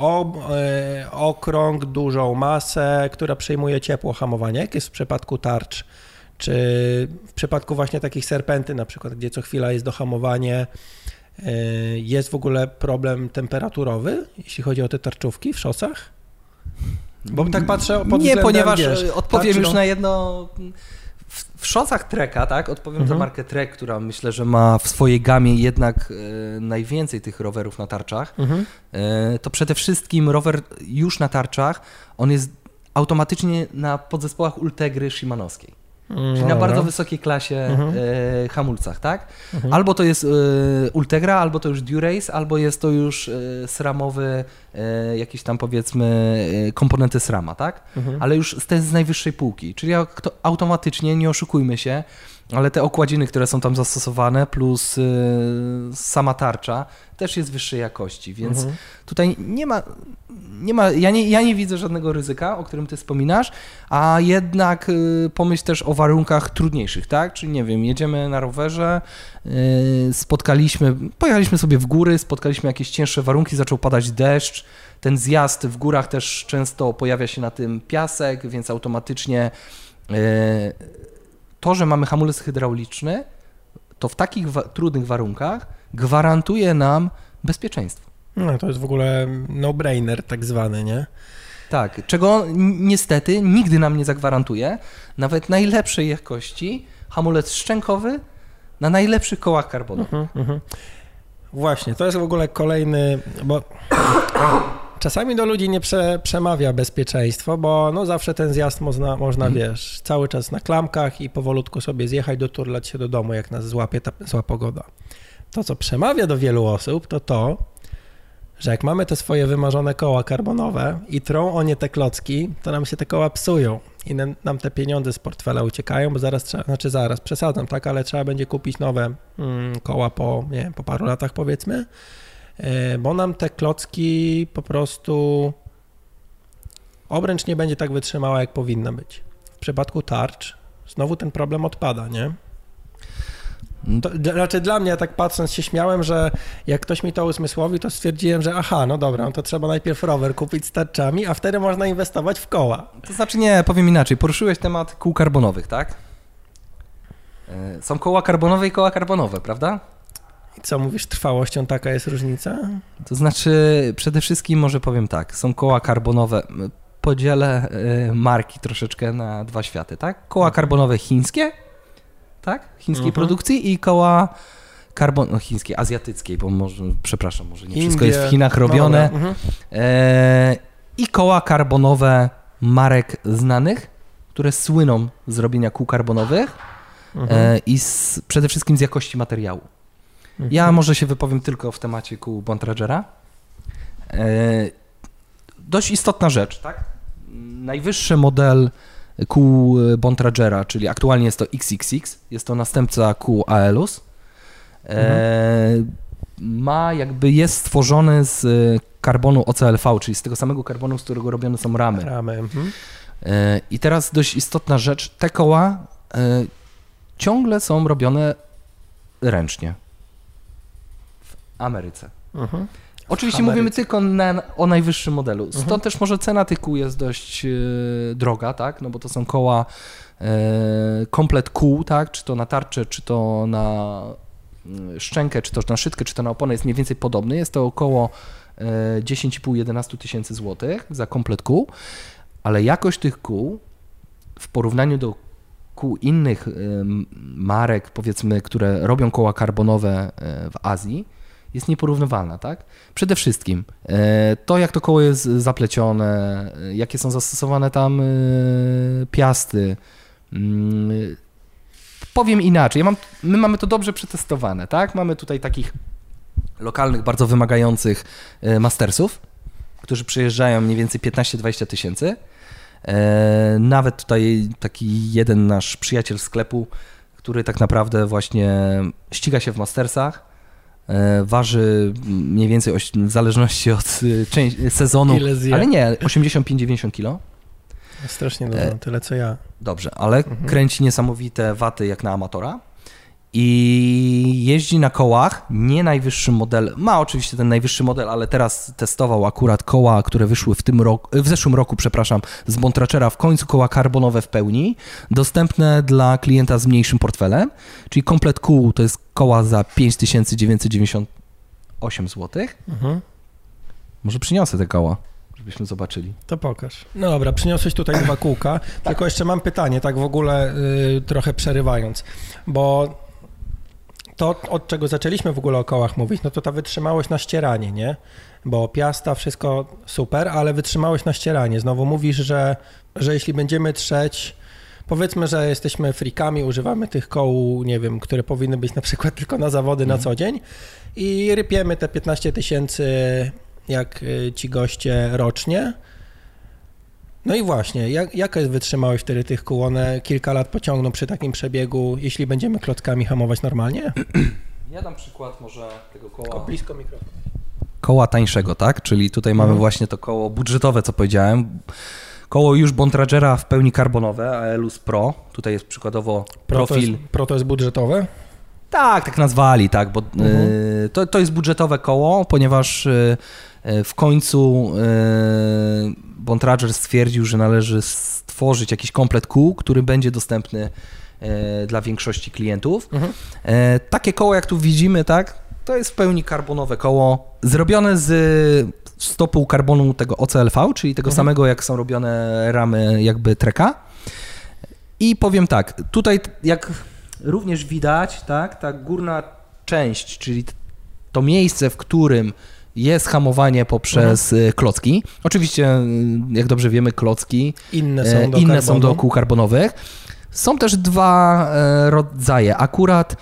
okrąg, dużą masę, która przejmuje ciepło hamowania. Jak jest w przypadku tarcz? Czy w przypadku właśnie takich serpenty na przykład, gdzie co chwila jest dohamowanie, jest w ogóle problem temperaturowy, jeśli chodzi o te tarczówki w szosach? Bo tak patrzę pod Nie, względem, ponieważ wiesz, odpowiem już na jedno... W szosach Treka, tak, odpowiem za markę Trek, która myślę, że ma w swojej gamie jednak najwięcej tych rowerów na tarczach, to przede wszystkim rower już na tarczach, on jest automatycznie na podzespołach Ultegry Shimanowskiej. Czyli na bardzo wysokiej klasie hamulcach, tak? Albo to jest Ultegra, albo to już Durace, albo jest to już SRAMowy, jakieś tam powiedzmy komponenty SRAMa, tak? Ale już to jest z najwyższej półki, czyli automatycznie, nie oszukujmy się, ale te okładziny, które są tam zastosowane, plus sama tarcza też jest wyższej jakości, więc tutaj nie ma ja nie widzę żadnego ryzyka, o którym ty wspominasz, a jednak pomyśl też o warunkach trudniejszych, tak? Czyli nie wiem, jedziemy na rowerze, pojechaliśmy sobie w góry, spotkaliśmy jakieś cięższe warunki, zaczął padać deszcz, ten zjazd w górach też często pojawia się na tym piasek, więc automatycznie to, że mamy hamulec hydrauliczny, to w takich trudnych warunkach gwarantuje nam bezpieczeństwo. No to jest w ogóle no-brainer tak zwany, nie? Tak, czego niestety nigdy nam nie zagwarantuje nawet najlepszej jakości hamulec szczękowy na najlepszych kołach karbonowych. Właśnie, to jest w ogóle kolejny, bo czasami do ludzi nie przemawia bezpieczeństwo, bo no zawsze ten zjazd można wiesz, cały czas na klamkach i powolutku sobie zjechać, doturlać się do domu, jak nas złapie ta zła pogoda. To, co przemawia do wielu osób, to, że jak mamy te swoje wymarzone koła karbonowe i trą o nie te klocki, to nam się te koła psują i nam te pieniądze z portfela uciekają, bo zaraz przesadzam, tak, ale trzeba będzie kupić nowe koła po paru latach, powiedzmy, bo nam te klocki po prostu obręcz nie będzie tak wytrzymała, jak powinna być. W przypadku tarcz znowu ten problem odpada, nie? To, znaczy dla mnie, tak patrząc, się śmiałem, że jak ktoś mi to uzmysłowi, to stwierdziłem, że no dobra, no to trzeba najpierw rower kupić z tarczami, a wtedy można inwestować w koła. To znaczy nie, powiem inaczej, poruszyłeś temat kół karbonowych, tak? Są koła karbonowe i koła karbonowe, prawda? I co mówisz, trwałością taka jest różnica? To znaczy przede wszystkim może powiem tak, są koła karbonowe, podzielę marki troszeczkę na dwa światy, tak? Koła karbonowe chińskie, tak? Chińskiej produkcji i koła chińskiej, azjatyckiej, bo może nie wszystko jest w Chinach robione. I koła karbonowe marek znanych, które słyną z robienia kół karbonowych i przede wszystkim z jakości materiału. Ja może się wypowiem tylko w temacie kół Bontragera. Dość istotna rzecz, tak? Najwyższy model kół Bontragera, czyli aktualnie jest to XXX, jest to następca kół Aelus. Jest stworzony z karbonu OCLV, czyli z tego samego karbonu, z którego robione są ramy. I teraz dość istotna rzecz, te koła ciągle są robione ręcznie w Ameryce. Oczywiście mówimy tylko o najwyższym modelu. Stąd też może cena tych kół jest dość droga, tak? No bo to są koła komplet kół, tak? Czy to na tarczę, czy to na szczękę, czy to na szydkę, czy to na oponę jest mniej więcej podobny. Jest to około 10,5-11 tysięcy złotych za komplet kół, ale jakość tych kół w porównaniu do kół innych marek, powiedzmy, które robią koła karbonowe w Azji, jest nieporównywalna, tak? Przede wszystkim to, jak to koło jest zaplecione, jakie są zastosowane tam piasty. Powiem inaczej, my mamy to dobrze przetestowane, tak? Mamy tutaj takich lokalnych, bardzo wymagających mastersów, którzy przyjeżdżają mniej więcej 15-20 tysięcy. Nawet tutaj taki jeden nasz przyjaciel z sklepu, który tak naprawdę właśnie ściga się w mastersach, waży mniej więcej w zależności od sezonu, ale nie, 85-90 kg. Strasznie dużo, tyle co ja. Dobrze, ale kręci niesamowite waty jak na amatora i jeździ na kołach, nie najwyższy model, ma oczywiście ten najwyższy model, ale teraz testował akurat koła, które wyszły w zeszłym roku, z Bontragera, w końcu koła karbonowe w pełni, dostępne dla klienta z mniejszym portfelem, czyli komplet kół to jest koła za 5998 zł. Może przyniosę te koła, żebyśmy zobaczyli. To pokaż. No dobra, przyniosłeś tutaj 2 kółka, tylko jeszcze mam pytanie, tak w ogóle trochę przerywając, bo to, od czego zaczęliśmy w ogóle o kołach mówić, no to ta wytrzymałość na ścieranie, nie? Bo piasta, wszystko super, ale wytrzymałość na ścieranie. Znowu mówisz, że jeśli będziemy trzeć, powiedzmy, że jesteśmy freakami, używamy tych koł, nie wiem, które powinny być na przykład tylko na zawody na co dzień i rypiemy te 15 tysięcy jak ci goście rocznie. No i właśnie, jaka jest wytrzymałość wtedy tych kół? One kilka lat pociągną przy takim przebiegu, jeśli będziemy klockami hamować normalnie? Ja dam przykład może tego koła. Tylko blisko mikrofonu. Koła tańszego, tak? Czyli tutaj mamy właśnie to koło budżetowe, co powiedziałem. Koło już Bontragera w pełni karbonowe, Aelus Pro. Tutaj jest przykładowo profil. Pro to jest budżetowe? Tak nazwali, tak, bo to jest budżetowe koło, ponieważ w końcu Bontrager stwierdził, że należy stworzyć jakiś komplet kół, który będzie dostępny dla większości klientów. Takie koło, jak tu widzimy, tak, to jest w pełni karbonowe koło, zrobione z stopu karbonu tego OCLV, czyli tego samego, jak są robione ramy jakby Treka. I powiem tak, tutaj jak również widać, tak, ta górna część, czyli to miejsce, w którym jest hamowanie poprzez klocki. Oczywiście, jak dobrze wiemy, klocki inne są do kół karbonowych. Są też dwa rodzaje. Akurat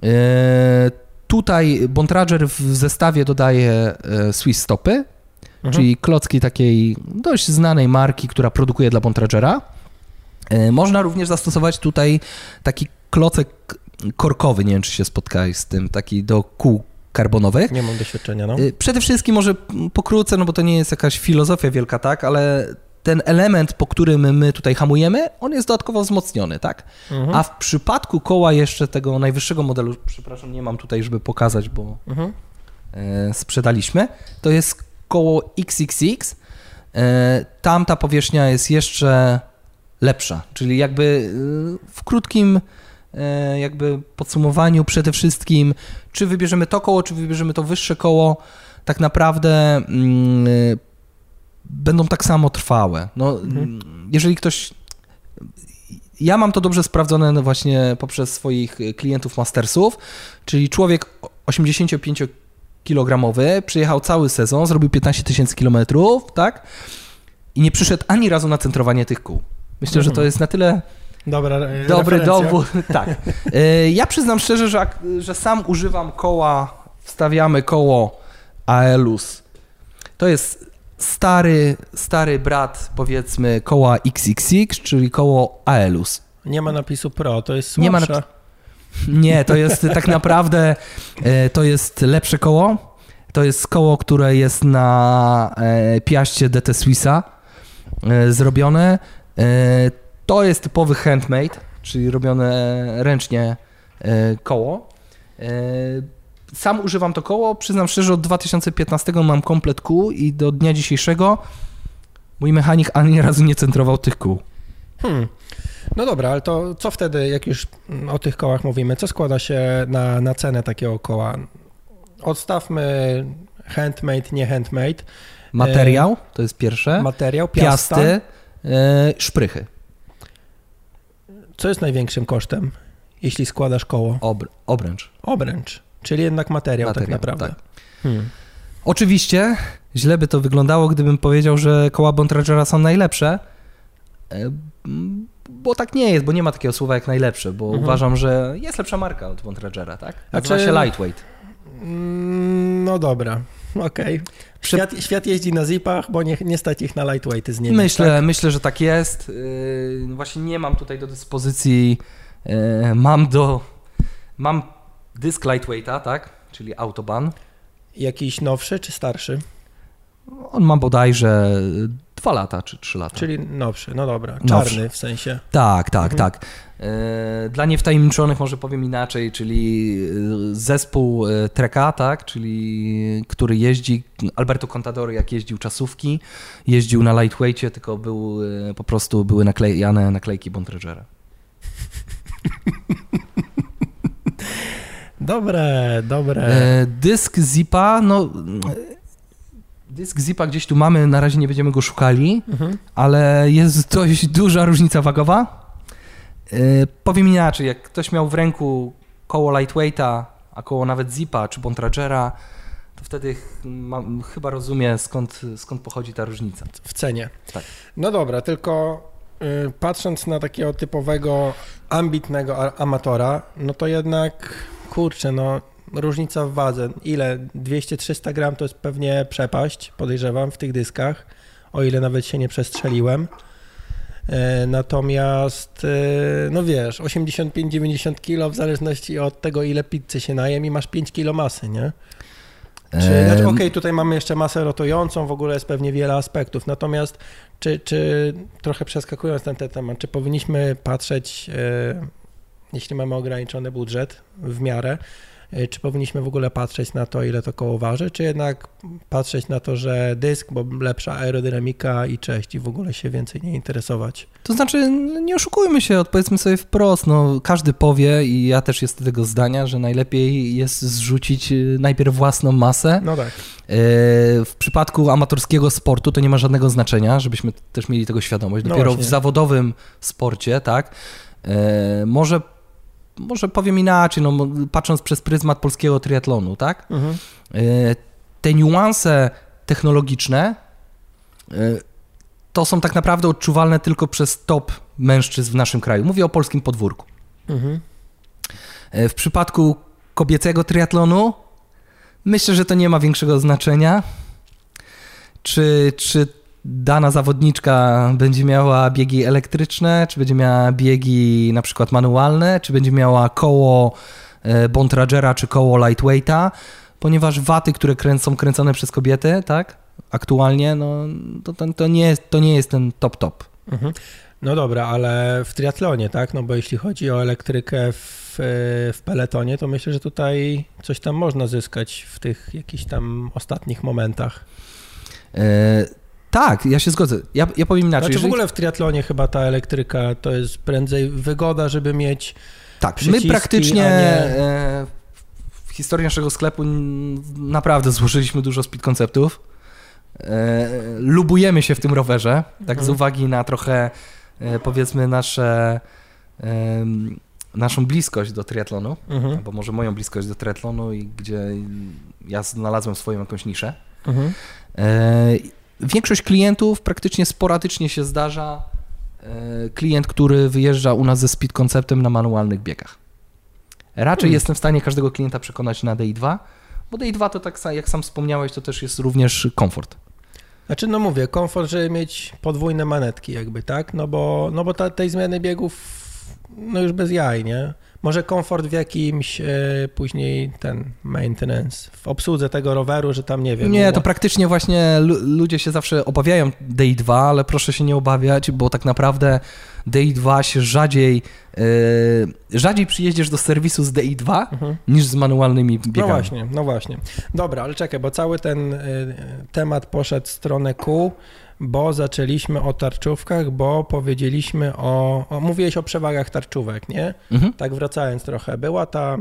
tutaj Bontrager w zestawie dodaje Swiss stopy, czyli klocki takiej dość znanej marki, która produkuje dla Bontragera. Można również zastosować tutaj taki klocek korkowy, nie wiem, czy się spotkałeś z tym, taki do kół karbonowych. Nie mam doświadczenia, no. Przede wszystkim może pokrótce, no bo to nie jest jakaś filozofia wielka, tak, ale ten element, po którym my tutaj hamujemy, on jest dodatkowo wzmocniony, tak? A w przypadku koła jeszcze tego najwyższego modelu, przepraszam, nie mam tutaj, żeby pokazać, bo sprzedaliśmy, to jest koło XXX. Tam ta powierzchnia jest jeszcze lepsza, czyli jakby w krótkim jakby podsumowaniu przede wszystkim, czy wybierzemy to koło, czy wybierzemy to wyższe koło, tak naprawdę będą tak samo trwałe. No, jeżeli ktoś... Ja mam to dobrze sprawdzone no właśnie poprzez swoich klientów mastersów, czyli człowiek 85-kilogramowy przyjechał cały sezon, zrobił 15 000 kilometrów, tak? I nie przyszedł ani razu na centrowanie tych kół. Myślę, że to jest na tyle dobry dowód. Tak. Ja przyznam szczerze, że sam używam koła, wstawiamy koło Aelus. To jest stary brat, powiedzmy, koła XXX, czyli koło Aelus. Nie ma napisu Pro, to jest słabsze. Nie, to jest tak naprawdę, to jest lepsze koło. To jest koło, które jest na piaście DT Swissa zrobione. To jest typowy handmade, czyli robione ręcznie koło. Sam używam to koło, przyznam szczerze, od 2015 mam komplet kół i do dnia dzisiejszego mój mechanik ani razu nie centrował tych kół. No dobra, ale to co wtedy, jak już o tych kołach mówimy, co składa się na cenę takiego koła? Odstawmy handmade, nie handmade. Materiał, to jest pierwsze. Materiał, piasta. Piasty, szprychy. Co jest największym kosztem, jeśli składasz koło? Obręcz. Obręcz, czyli jednak materiał tak naprawdę. Tak. Oczywiście źle by to wyglądało, gdybym powiedział, że koła Bontragera są najlepsze, bo tak nie jest, bo nie ma takiego słowa jak najlepsze, bo uważam, że jest lepsza marka od Bontragera, tak? Nazywa się Lightweight. No dobra, okej. Świat jeździ na zipach, bo nie stać ich na lightweighty z nimi. Myślę, że tak jest. Właśnie nie mam tutaj do dyspozycji, mam dysk lightweighta, tak? Czyli Autobahn. Jakiś nowszy czy starszy? On ma bodajże 2 lata czy 3 lata. Czyli nowszy, no dobra. Czarny w sensie. Tak. Dla niewtajemniczonych może powiem inaczej, czyli zespół Treka, tak? Czyli który jeździ, Alberto Contador jak jeździł czasówki, jeździł na lightweightie, tylko po prostu były naklejane naklejki Bontragera. Dobre. Dysk Zipa, dysk Zipa gdzieś tu mamy, na razie nie będziemy go szukali, ale jest dość duża różnica wagowa. Powiem inaczej, jak ktoś miał w ręku koło lightweighta, a koło nawet Zipa czy Bontragera, to wtedy chyba rozumie, skąd pochodzi ta różnica. W cenie. Tak. No dobra, tylko patrząc na takiego typowego, ambitnego amatora, no to jednak, kurczę, no różnica w wadze. Ile? 200-300 gram to jest pewnie przepaść, podejrzewam, w tych dyskach, o ile nawet się nie przestrzeliłem. Natomiast, no wiesz, 85-90 kg w zależności od tego, ile pizzy się najem i masz 5 kg masy, nie? Znaczy, okej, tutaj mamy jeszcze masę rotującą, w ogóle jest pewnie wiele aspektów, natomiast czy trochę przeskakując ten temat, czy powinniśmy patrzeć, jeśli mamy ograniczony budżet w miarę, czy powinniśmy w ogóle patrzeć na to, ile to koło waży, czy jednak patrzeć na to, że dysk, bo lepsza aerodynamika i cześć i w ogóle się więcej nie interesować? To znaczy, nie oszukujmy się, odpowiedzmy sobie wprost, no każdy powie i ja też jestem tego zdania, że najlepiej jest zrzucić najpierw własną masę. No tak. W przypadku amatorskiego sportu to nie ma żadnego znaczenia, żebyśmy też mieli tego świadomość. Dopiero właśnie. w zawodowym sporcie, tak, może powiem inaczej, no, patrząc przez pryzmat polskiego triatlonu, tak, te niuanse technologiczne to są tak naprawdę odczuwalne tylko przez top mężczyzn w naszym kraju. Mówię o polskim podwórku. W przypadku kobiecego triatlonu myślę, że to nie ma większego znaczenia, czy dana zawodniczka będzie miała biegi elektryczne, czy będzie miała biegi na przykład manualne, czy będzie miała koło Bontragera, czy koło lightweighta, ponieważ waty, które są kręcone przez kobiety, tak, aktualnie, no to nie jest ten top. No dobra, ale w triatlonie, tak? No bo jeśli chodzi o elektrykę w peletonie, to myślę, że tutaj coś tam można zyskać w tych jakichś tam ostatnich momentach. Tak, ja się zgodzę. Ja powiem inaczej. Znaczy w ogóle w triatlonie chyba ta elektryka to jest prędzej wygoda, żeby mieć przyciski, my praktycznie nie... w historii naszego sklepu naprawdę złożyliśmy dużo speed konceptów. Lubujemy się w tym rowerze, tak z uwagi na trochę powiedzmy naszą bliskość do triatlonu, albo może moją bliskość do triatlonu i gdzie ja znalazłem swoją jakąś niszę. Większość klientów praktycznie sporadycznie się zdarza klient, który wyjeżdża u nas ze speed konceptem na manualnych biegach. Raczej jestem w stanie każdego klienta przekonać na DI2, bo DI2 to tak jak sam wspomniałeś, to też jest również komfort. Znaczy no mówię, komfort, żeby mieć podwójne manetki jakby, tak? No bo tej zmiany biegów no już bez jaj, nie? Może komfort w jakimś później ten maintenance, w obsłudze tego roweru, że tam nie wiem. Nie, to praktycznie właśnie ludzie się zawsze obawiają DI2, ale proszę się nie obawiać, bo tak naprawdę DI2 się rzadziej przyjedziesz do serwisu z DI2 niż z manualnymi biegami. No właśnie. Dobra, ale czekaj, bo cały ten temat poszedł w stronę kół, bo zaczęliśmy o tarczówkach, bo powiedzieliśmy mówiłeś o przewagach tarczówek, nie? Tak wracając trochę, była ta,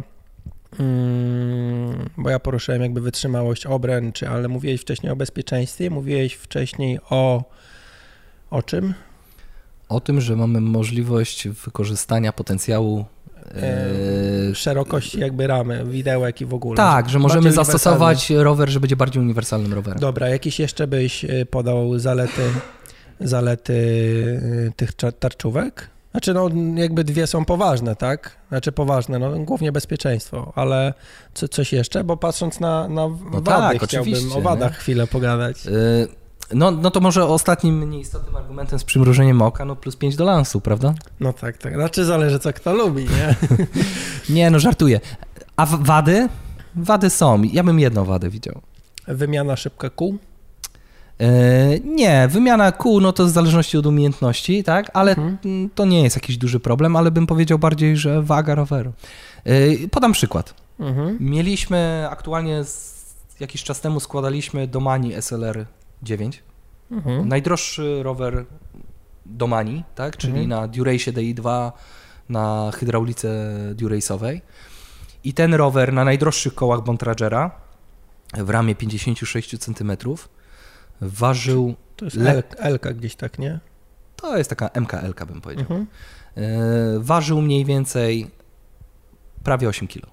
bo ja poruszyłem jakby wytrzymałość obręczy, ale mówiłeś wcześniej o bezpieczeństwie, mówiłeś wcześniej o czym? O tym, że mamy możliwość wykorzystania potencjału szerokości jakby ramy, widełek i w ogóle. Tak, że możemy zastosować rower, że będzie bardziej uniwersalnym rowerem. Dobra, jakieś jeszcze byś podał zalety tych tarczówek? Znaczy no jakby dwie są poważne, tak? Znaczy poważne, no głównie bezpieczeństwo, ale coś jeszcze? Bo patrząc na wady, tak, chciałbym o wadach chwilę pogadać. No to może ostatnim nieistotnym argumentem z przymrużeniem oka, no plus 5 do lansu, prawda? No tak. Znaczy zależy co kto lubi, nie? Nie, no żartuję. A wady? Wady są. Ja bym jedną wadę widział. Wymiana szybka kół? Nie, wymiana kół, no to w zależności od umiejętności, tak? Ale to nie jest jakiś duży problem, ale bym powiedział bardziej, że waga roweru. Podam przykład. Mieliśmy aktualnie jakiś czas temu składaliśmy Domani SLR 9. Najdroższy rower Domani, tak? Czyli na Durace'ie DI2, na hydraulice Durace'owej. I ten rower na najdroższych kołach Bontragera w ramie 56 cm ważył... To jest L-ka gdzieś tak, nie? To jest taka MKL-ka, bym powiedział. Ważył mniej więcej prawie 8 kg.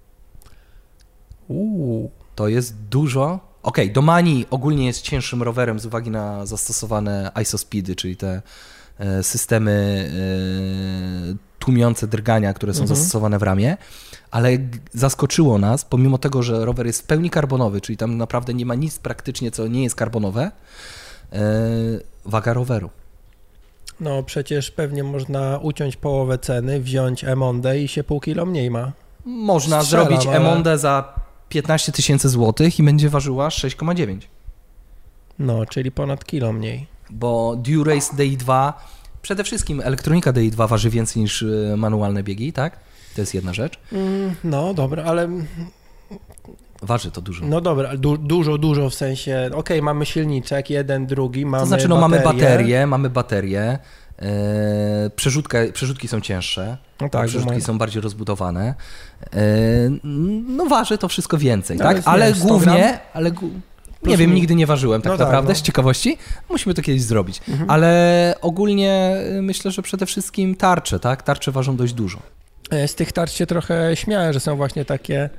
To jest dużo. Okej, Domani ogólnie jest cięższym rowerem z uwagi na zastosowane ISO-speedy, czyli te systemy tłumiące drgania, które są zastosowane w ramię, ale zaskoczyło nas, pomimo tego, że rower jest w pełni karbonowy, czyli tam naprawdę nie ma nic praktycznie, co nie jest karbonowe, waga roweru. No przecież pewnie można uciąć połowę ceny, wziąć Emondę i się pół kilo mniej ma. Można zrobić Emondę za 15 000 złotych i będzie ważyła 6,9. No, czyli ponad kilo mniej. Bo Durace DI2, przede wszystkim elektronika DI2 waży więcej niż manualne biegi, tak? to jest jedna rzecz. No dobra, ale... Waży to dużo. No dobra, dużo w sensie, mamy silniczek, jeden, drugi, mamy To znaczy, mamy baterię, przerzutki są cięższe, no tak, przerzutki są bardziej rozbudowane, no waży to wszystko więcej, tak? Jest, ale nie, głównie, nie wiem, nigdy nie ważyłem tak naprawdę, z ciekawości, musimy to kiedyś zrobić, ale ogólnie myślę, że przede wszystkim tarcze, tak? Tarcze ważą dość dużo. Z tych tarcz się trochę śmiałem, że są właśnie takie,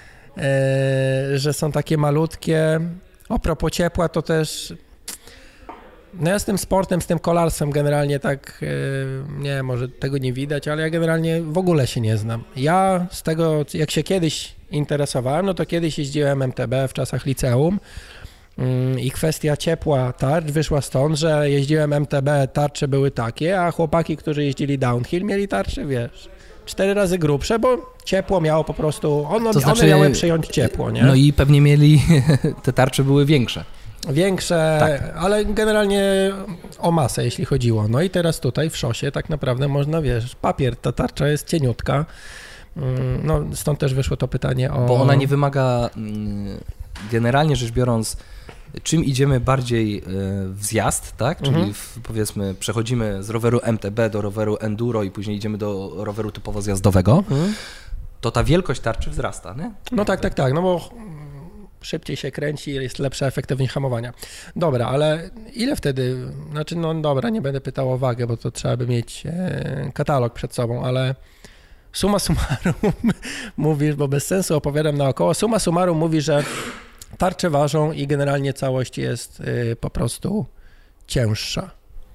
że są takie malutkie. A propos ciepła, to też no ja z tym sportem, z tym kolarstwem generalnie tak, nie, może tego nie widać, ale ja generalnie w ogóle się nie znam. Ja z tego, jak się kiedyś interesowałem, no to kiedyś jeździłem MTB w czasach liceum i kwestia ciepła tarcz wyszła stąd, że jeździłem MTB, tarcze były takie, a chłopaki, którzy jeździli downhill, mieli tarcze, 4 razy grubsze, bo ciepło miało po prostu, one miały przyjąć ciepło, nie? No i pewnie mieli, te tarcze były większe. Większe, tak. Ale generalnie o masę, jeśli chodziło. No i teraz tutaj w szosie tak naprawdę można, papier, ta tarcza jest cieniutka. No stąd też wyszło to pytanie o... Bo ona nie wymaga, generalnie rzecz biorąc, czym idziemy bardziej w zjazd, tak? Czyli powiedzmy przechodzimy z roweru MTB do roweru enduro i później idziemy do roweru typowo zjazdowego, to ta wielkość tarczy wzrasta, nie? No tak, no bo szybciej się kręci, jest lepsza efektywność hamowania. Dobra, ale ile wtedy, znaczy no dobra, nie będę pytał o wagę, bo to trzeba by mieć katalog przed sobą, ale summa summarum mówisz, bo bez sensu opowiadam naokoło, summa summarum mówi, że tarcze ważą i generalnie całość jest po prostu cięższa.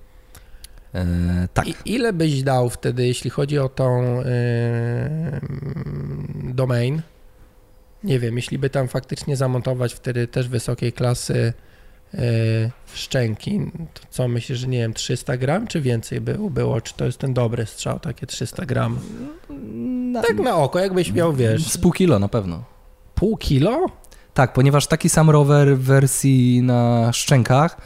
Tak. Ile byś dał wtedy, jeśli chodzi o tą Domain? Nie wiem, jeśli by tam faktycznie zamontować wtedy też wysokiej klasy szczęki, to co myślisz, że nie wiem, 300 gram czy więcej było? Czy to jest ten dobry strzał, takie 300 gram? Tak na oko, jakbyś miał, z pół kilo na pewno. Pół kilo? Tak, ponieważ taki sam rower w wersji na szczękach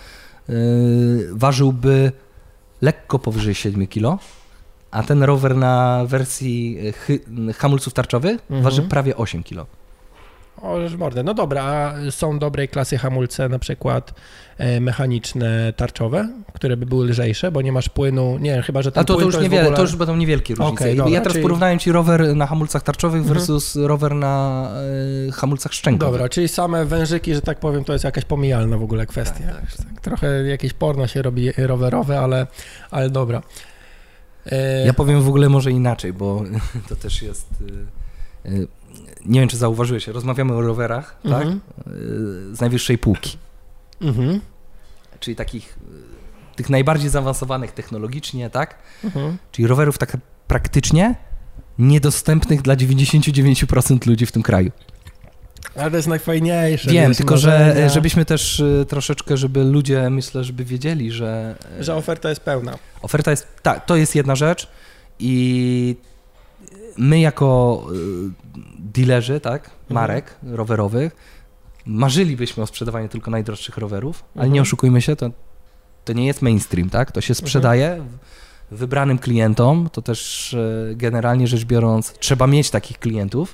ważyłby lekko powyżej 7 kg, a ten rower na wersji hamulców tarczowych waży prawie 8 kg. O, rzecz mordę. No dobra, a są dobrej klasy hamulce, na przykład mechaniczne, tarczowe, które by były lżejsze, bo nie masz płynu, nie wiem, chyba że ten płyn to już jest niewiele, w ogóle... to już będą niewielkie różnice. Okay, dobra, ja teraz porównałem ci rower na hamulcach tarczowych versus rower na hamulcach szczękowych. Dobra, czyli same wężyki, że tak powiem, to jest jakaś pomijalna w ogóle kwestia. Tak, trochę jakieś porno się robi rowerowe, ale dobra. Ja powiem w ogóle może inaczej, bo to też jest... Nie wiem, czy zauważyłeś, rozmawiamy o rowerach, tak? Z najwyższej półki. Czyli tych najbardziej zaawansowanych technologicznie, tak? Czyli rowerów tak praktycznie niedostępnych dla 99% ludzi w tym kraju. Ale to jest najfajniejsze. Wiem, tylko że żebyśmy też troszeczkę, żeby ludzie, myślę, żeby wiedzieli, że oferta jest pełna. Oferta jest, tak, to jest jedna rzecz i my jako dealerzy, tak, marek rowerowych, marzylibyśmy o sprzedawaniu tylko najdroższych rowerów, ale nie oszukujmy się, to nie jest mainstream, tak? To się sprzedaje wybranym klientom, to też generalnie rzecz biorąc trzeba mieć takich klientów.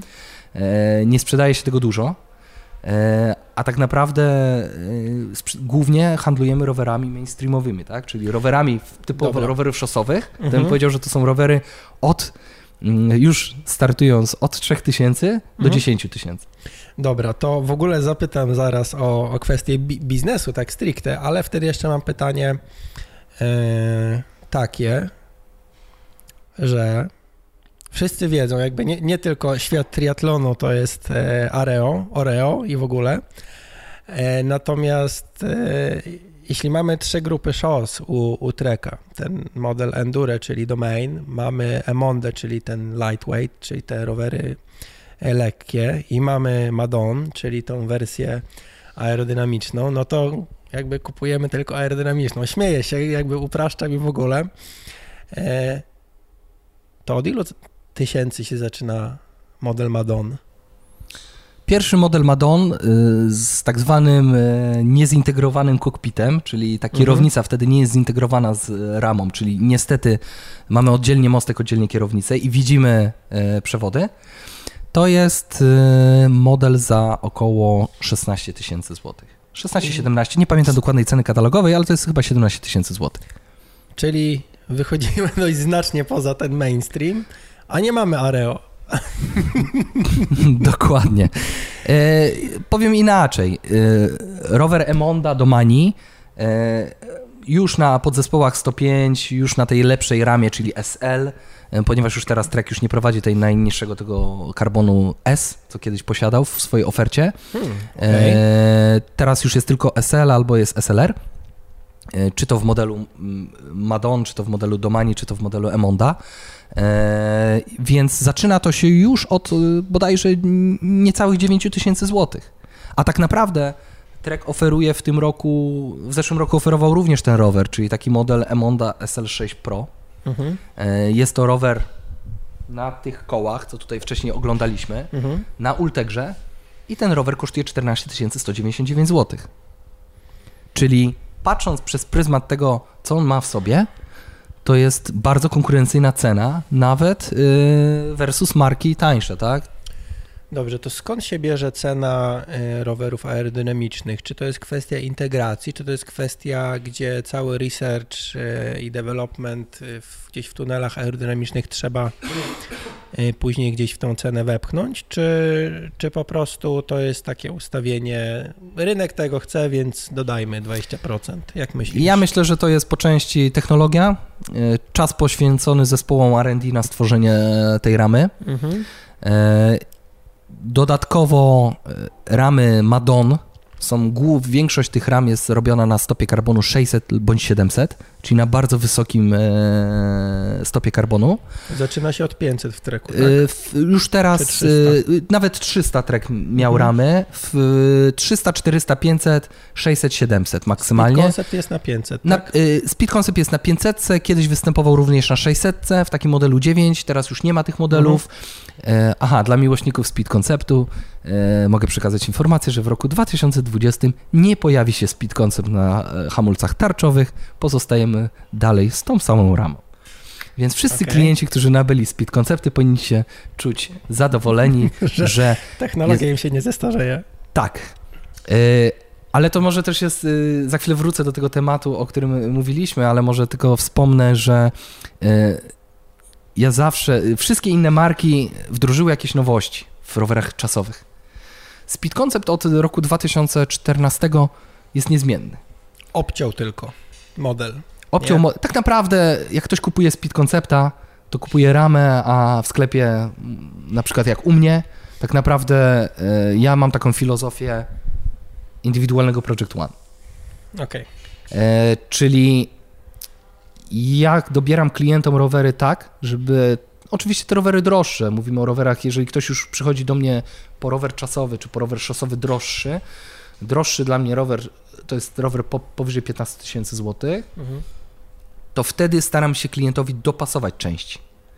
Nie sprzedaje się tego dużo, a tak naprawdę głównie handlujemy rowerami mainstreamowymi, tak? Czyli rowerami typowo rowerów szosowych. To bym powiedział, że to są rowery już startując od 3000 do 10 000. Dobra, to w ogóle zapytam zaraz o kwestię biznesu, tak stricte, ale wtedy jeszcze mam pytanie takie, że wszyscy wiedzą, jakby nie tylko świat triatlonu to jest Oreo i w ogóle, natomiast jeśli mamy 3 grupy szos u Treka, ten model Enduro, czyli Domain, mamy Emondę, czyli ten lightweight, czyli te rowery lekkie i mamy Madon, czyli tą wersję aerodynamiczną, no to jakby kupujemy tylko aerodynamiczną. Śmieję się, jakby upraszczam i w ogóle. To od ilu tysięcy się zaczyna model Madon? Pierwszy model Madon z tak zwanym niezintegrowanym kokpitem, czyli ta kierownica wtedy nie jest zintegrowana z ramą, czyli niestety mamy oddzielnie mostek, oddzielnie kierownicę i widzimy przewody. To jest model za około 16 000 złotych. 16-17, nie pamiętam dokładnej ceny katalogowej, ale to jest chyba 17 000 złotych. Czyli wychodzimy dość znacznie poza ten mainstream, a nie mamy Areo. Dokładnie. Powiem inaczej. Rower Emonda Domani już na podzespołach 105, już na tej lepszej ramie, czyli SL, ponieważ już teraz Trek już nie prowadzi tej najniższego tego karbonu S, co kiedyś posiadał w swojej ofercie. Okay. Teraz już jest tylko SL albo jest SLR. Czy to w modelu Madon, czy to w modelu Domani, czy to w modelu Emonda. Więc zaczyna to się już od bodajże niecałych 9 000 złotych. A tak naprawdę Trek oferuje w tym roku, w zeszłym roku oferował również ten rower, czyli taki model Emonda SL6 Pro. Jest to rower na tych kołach, co tutaj wcześniej oglądaliśmy, na Ultegrze i ten rower kosztuje 14 199 zł. Czyli patrząc przez pryzmat tego, co on ma w sobie, to jest bardzo konkurencyjna cena, nawet versus marki tańsze, tak? Dobrze, to skąd się bierze cena rowerów aerodynamicznych? Czy to jest kwestia integracji, czy to jest kwestia, gdzie cały research i development gdzieś w tunelach aerodynamicznych trzeba później gdzieś w tą cenę wepchnąć, czy po prostu to jest takie ustawienie, rynek tego chce, więc dodajmy 20%, jak myślisz? Ja myślę, że to jest po części technologia, czas poświęcony zespołom R&D na stworzenie tej ramy. Dodatkowo ramy Madon większość tych ram jest robiona na stopie karbonu 600 bądź 700, czyli na bardzo wysokim stopie karbonu. Zaczyna się od 500 w Treku, tak? Już teraz nawet 300 Trek miał ramy, w 300, 400, 500, 600, 700 maksymalnie. Speed Concept jest na 500, tak? Speed Concept jest na 500, kiedyś występował również na 600 w takim modelu 9, teraz już nie ma tych modelów. Dla miłośników Speed Conceptu mogę przekazać informację, że w roku 2020 nie pojawi się Speed Concept na hamulcach tarczowych, pozostajemy dalej z tą samą ramą. Więc wszyscy klienci, którzy nabyli Speed Concepty, powinni się czuć zadowoleni, że technologia im się nie zestarzeje. Tak. Ale to może też jest, za chwilę wrócę do tego tematu, o którym mówiliśmy, ale może tylko wspomnę, że ja zawsze, wszystkie inne marki wdrożyły jakieś nowości w rowerach czasowych. Speed Concept od roku 2014 jest niezmienny. Obciął tylko model. Tak naprawdę, jak ktoś kupuje Speed Concepta, to kupuje ramę, a w sklepie, na przykład jak u mnie, tak naprawdę ja mam taką filozofię indywidualnego Project One. Okay. Czyli ja dobieram klientom rowery tak, żeby... Oczywiście te rowery droższe, mówimy o rowerach, jeżeli ktoś już przychodzi do mnie po rower czasowy czy po rower szosowy droższy dla mnie rower, to jest rower powyżej 15 000 złotych, to wtedy staram się klientowi dopasować części.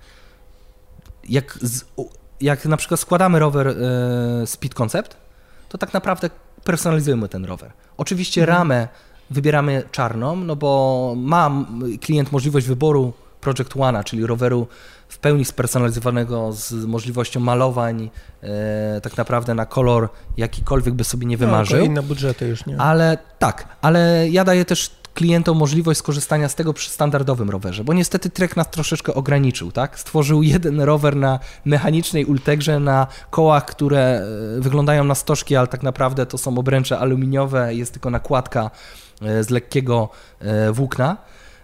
Jak na przykład składamy rower Speed Concept, to tak naprawdę personalizujemy ten rower. Oczywiście ramę wybieramy czarną, no bo ma klient możliwość wyboru Project One'a, czyli roweru w pełni spersonalizowanego z możliwością malowań, tak naprawdę na kolor jakikolwiek by sobie nie wymarzył. No, inne budżety już nie. Ale ja daję też klientom możliwość skorzystania z tego przy standardowym rowerze, bo niestety Trek nas troszeczkę ograniczył, tak? Stworzył jeden rower na mechanicznej Ultegrze, na kołach, które wyglądają na stożki, ale tak naprawdę to są obręcze aluminiowe, jest tylko nakładka z lekkiego włókna.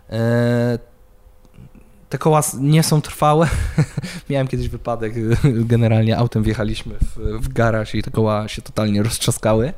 Te koła nie są trwałe. Miałem kiedyś wypadek, generalnie autem wjechaliśmy w garaż i te koła się totalnie roztrzaskały.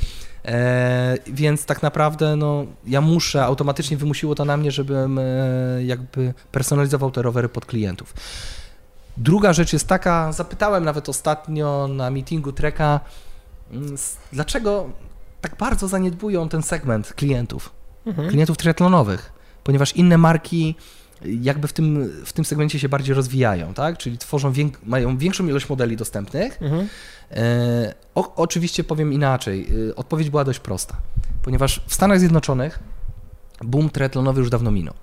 Więc tak naprawdę ja automatycznie wymusiło to na mnie, żebym jakby personalizował te rowery pod klientów. Druga rzecz jest taka, zapytałem nawet ostatnio na meetingu Treka, dlaczego tak bardzo zaniedbują ten segment klientów triathlonowych, ponieważ inne marki jakby w tym segmencie się bardziej rozwijają, tak? Czyli mają większą ilość modeli dostępnych. Oczywiście powiem inaczej. Odpowiedź była dość prosta, ponieważ w Stanach Zjednoczonych boom triatlonowy już dawno minął.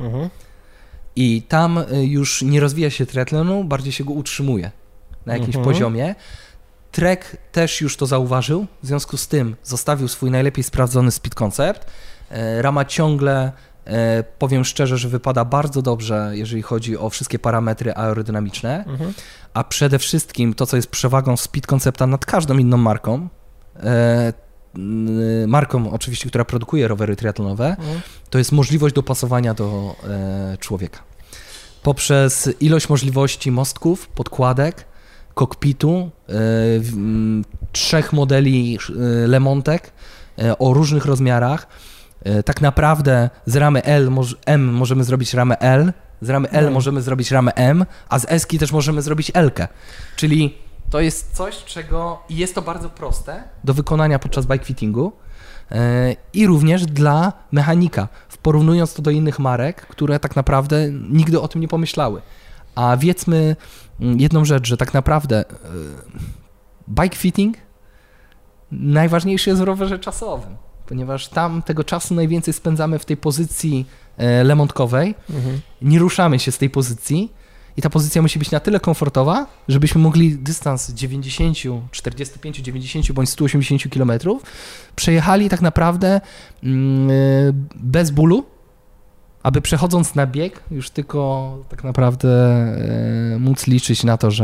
I tam już nie rozwija się triatlonu, bardziej się go utrzymuje na jakimś poziomie. Trek też już to zauważył, w związku z tym zostawił swój najlepiej sprawdzony speed concept. Rama ciągle, powiem szczerze, że wypada bardzo dobrze, jeżeli chodzi o wszystkie parametry aerodynamiczne, a przede wszystkim to, co jest przewagą speed concepta nad każdą inną marką oczywiście, która produkuje rowery triatlonowe, to jest możliwość dopasowania do człowieka. Poprzez ilość możliwości mostków, podkładek, kokpitu, 3 modeli lemontek o różnych rozmiarach. Tak naprawdę z ramy M możemy zrobić ramę L, z ramy L możemy zrobić ramę M, a z S-ki też możemy zrobić L-kę. Czyli to jest coś, czego jest to bardzo proste do wykonania podczas bike fittingu i również dla mechanika, porównując to do innych marek, które tak naprawdę nigdy o tym nie pomyślały. A wiedzmy jedną rzecz, że tak naprawdę bike fitting najważniejszy jest w rowerze czasowym, ponieważ tam tego czasu najwięcej spędzamy w tej pozycji lemontkowej, nie ruszamy się z tej pozycji i ta pozycja musi być na tyle komfortowa, żebyśmy mogli dystans 90, 45, 90 bądź 180 km przejechali tak naprawdę bez bólu, aby przechodząc na bieg już tylko tak naprawdę móc liczyć na to,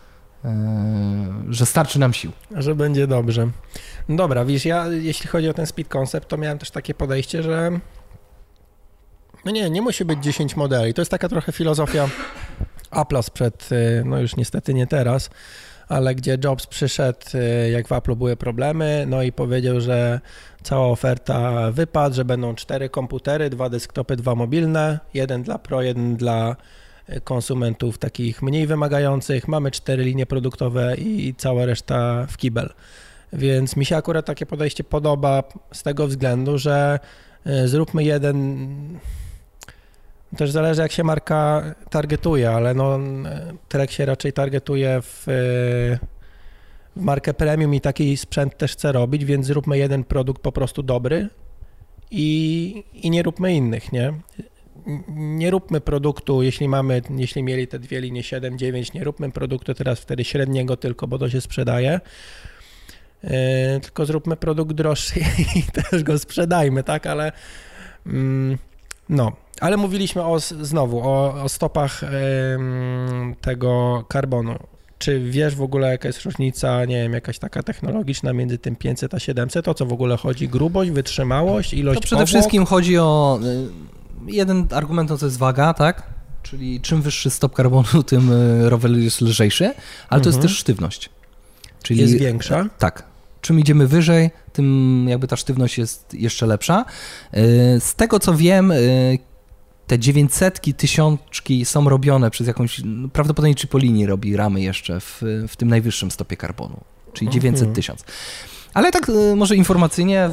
że starczy nam sił. Że będzie dobrze. No dobra, widzisz, ja jeśli chodzi o ten speed concept, to miałem też takie podejście, że no nie musi być 10 modeli. To jest taka trochę filozofia Apple'a sprzed, no już niestety nie teraz, ale gdzie Jobs przyszedł, jak w Apple'u były problemy, no i powiedział, że cała oferta wypadł, że będą 4 komputery, 2 desktopy, 2 mobilne, 1 dla Pro, 1 dla konsumentów takich mniej wymagających, mamy 4 linie produktowe i cała reszta w kibel. Więc mi się akurat takie podejście podoba z tego względu, że zróbmy jeden, też zależy jak się marka targetuje, ale no Trek się raczej targetuje w markę premium i taki sprzęt też chce robić, więc zróbmy jeden produkt po prostu dobry i nie róbmy innych, nie? Nie róbmy produktu, jeśli mieli te 2 linie 7, 9, nie róbmy produktu teraz wtedy średniego tylko, bo to się sprzedaje, tylko zróbmy produkt droższy i też go sprzedajmy, tak, ale no, ale mówiliśmy znowu o stopach tego karbonu. Czy wiesz w ogóle jaka jest różnica, nie wiem, jakaś taka technologiczna między tym 500 a 700, o co w ogóle chodzi? Grubość, wytrzymałość, ilość to przede wszystkim chodzi o jeden argument, to jest waga, tak? Czyli czym wyższy stop karbonu, tym rower jest lżejszy, ale to jest też sztywność. Czyli jest większa? Tak. Czym idziemy wyżej, tym jakby ta sztywność jest jeszcze lepsza. Z tego co wiem, te 900, 1000 są robione przez jakąś, prawdopodobnie Cipollini robi ramy jeszcze w tym najwyższym stopie karbonu, czyli 900, 1000. Ale tak może informacyjnie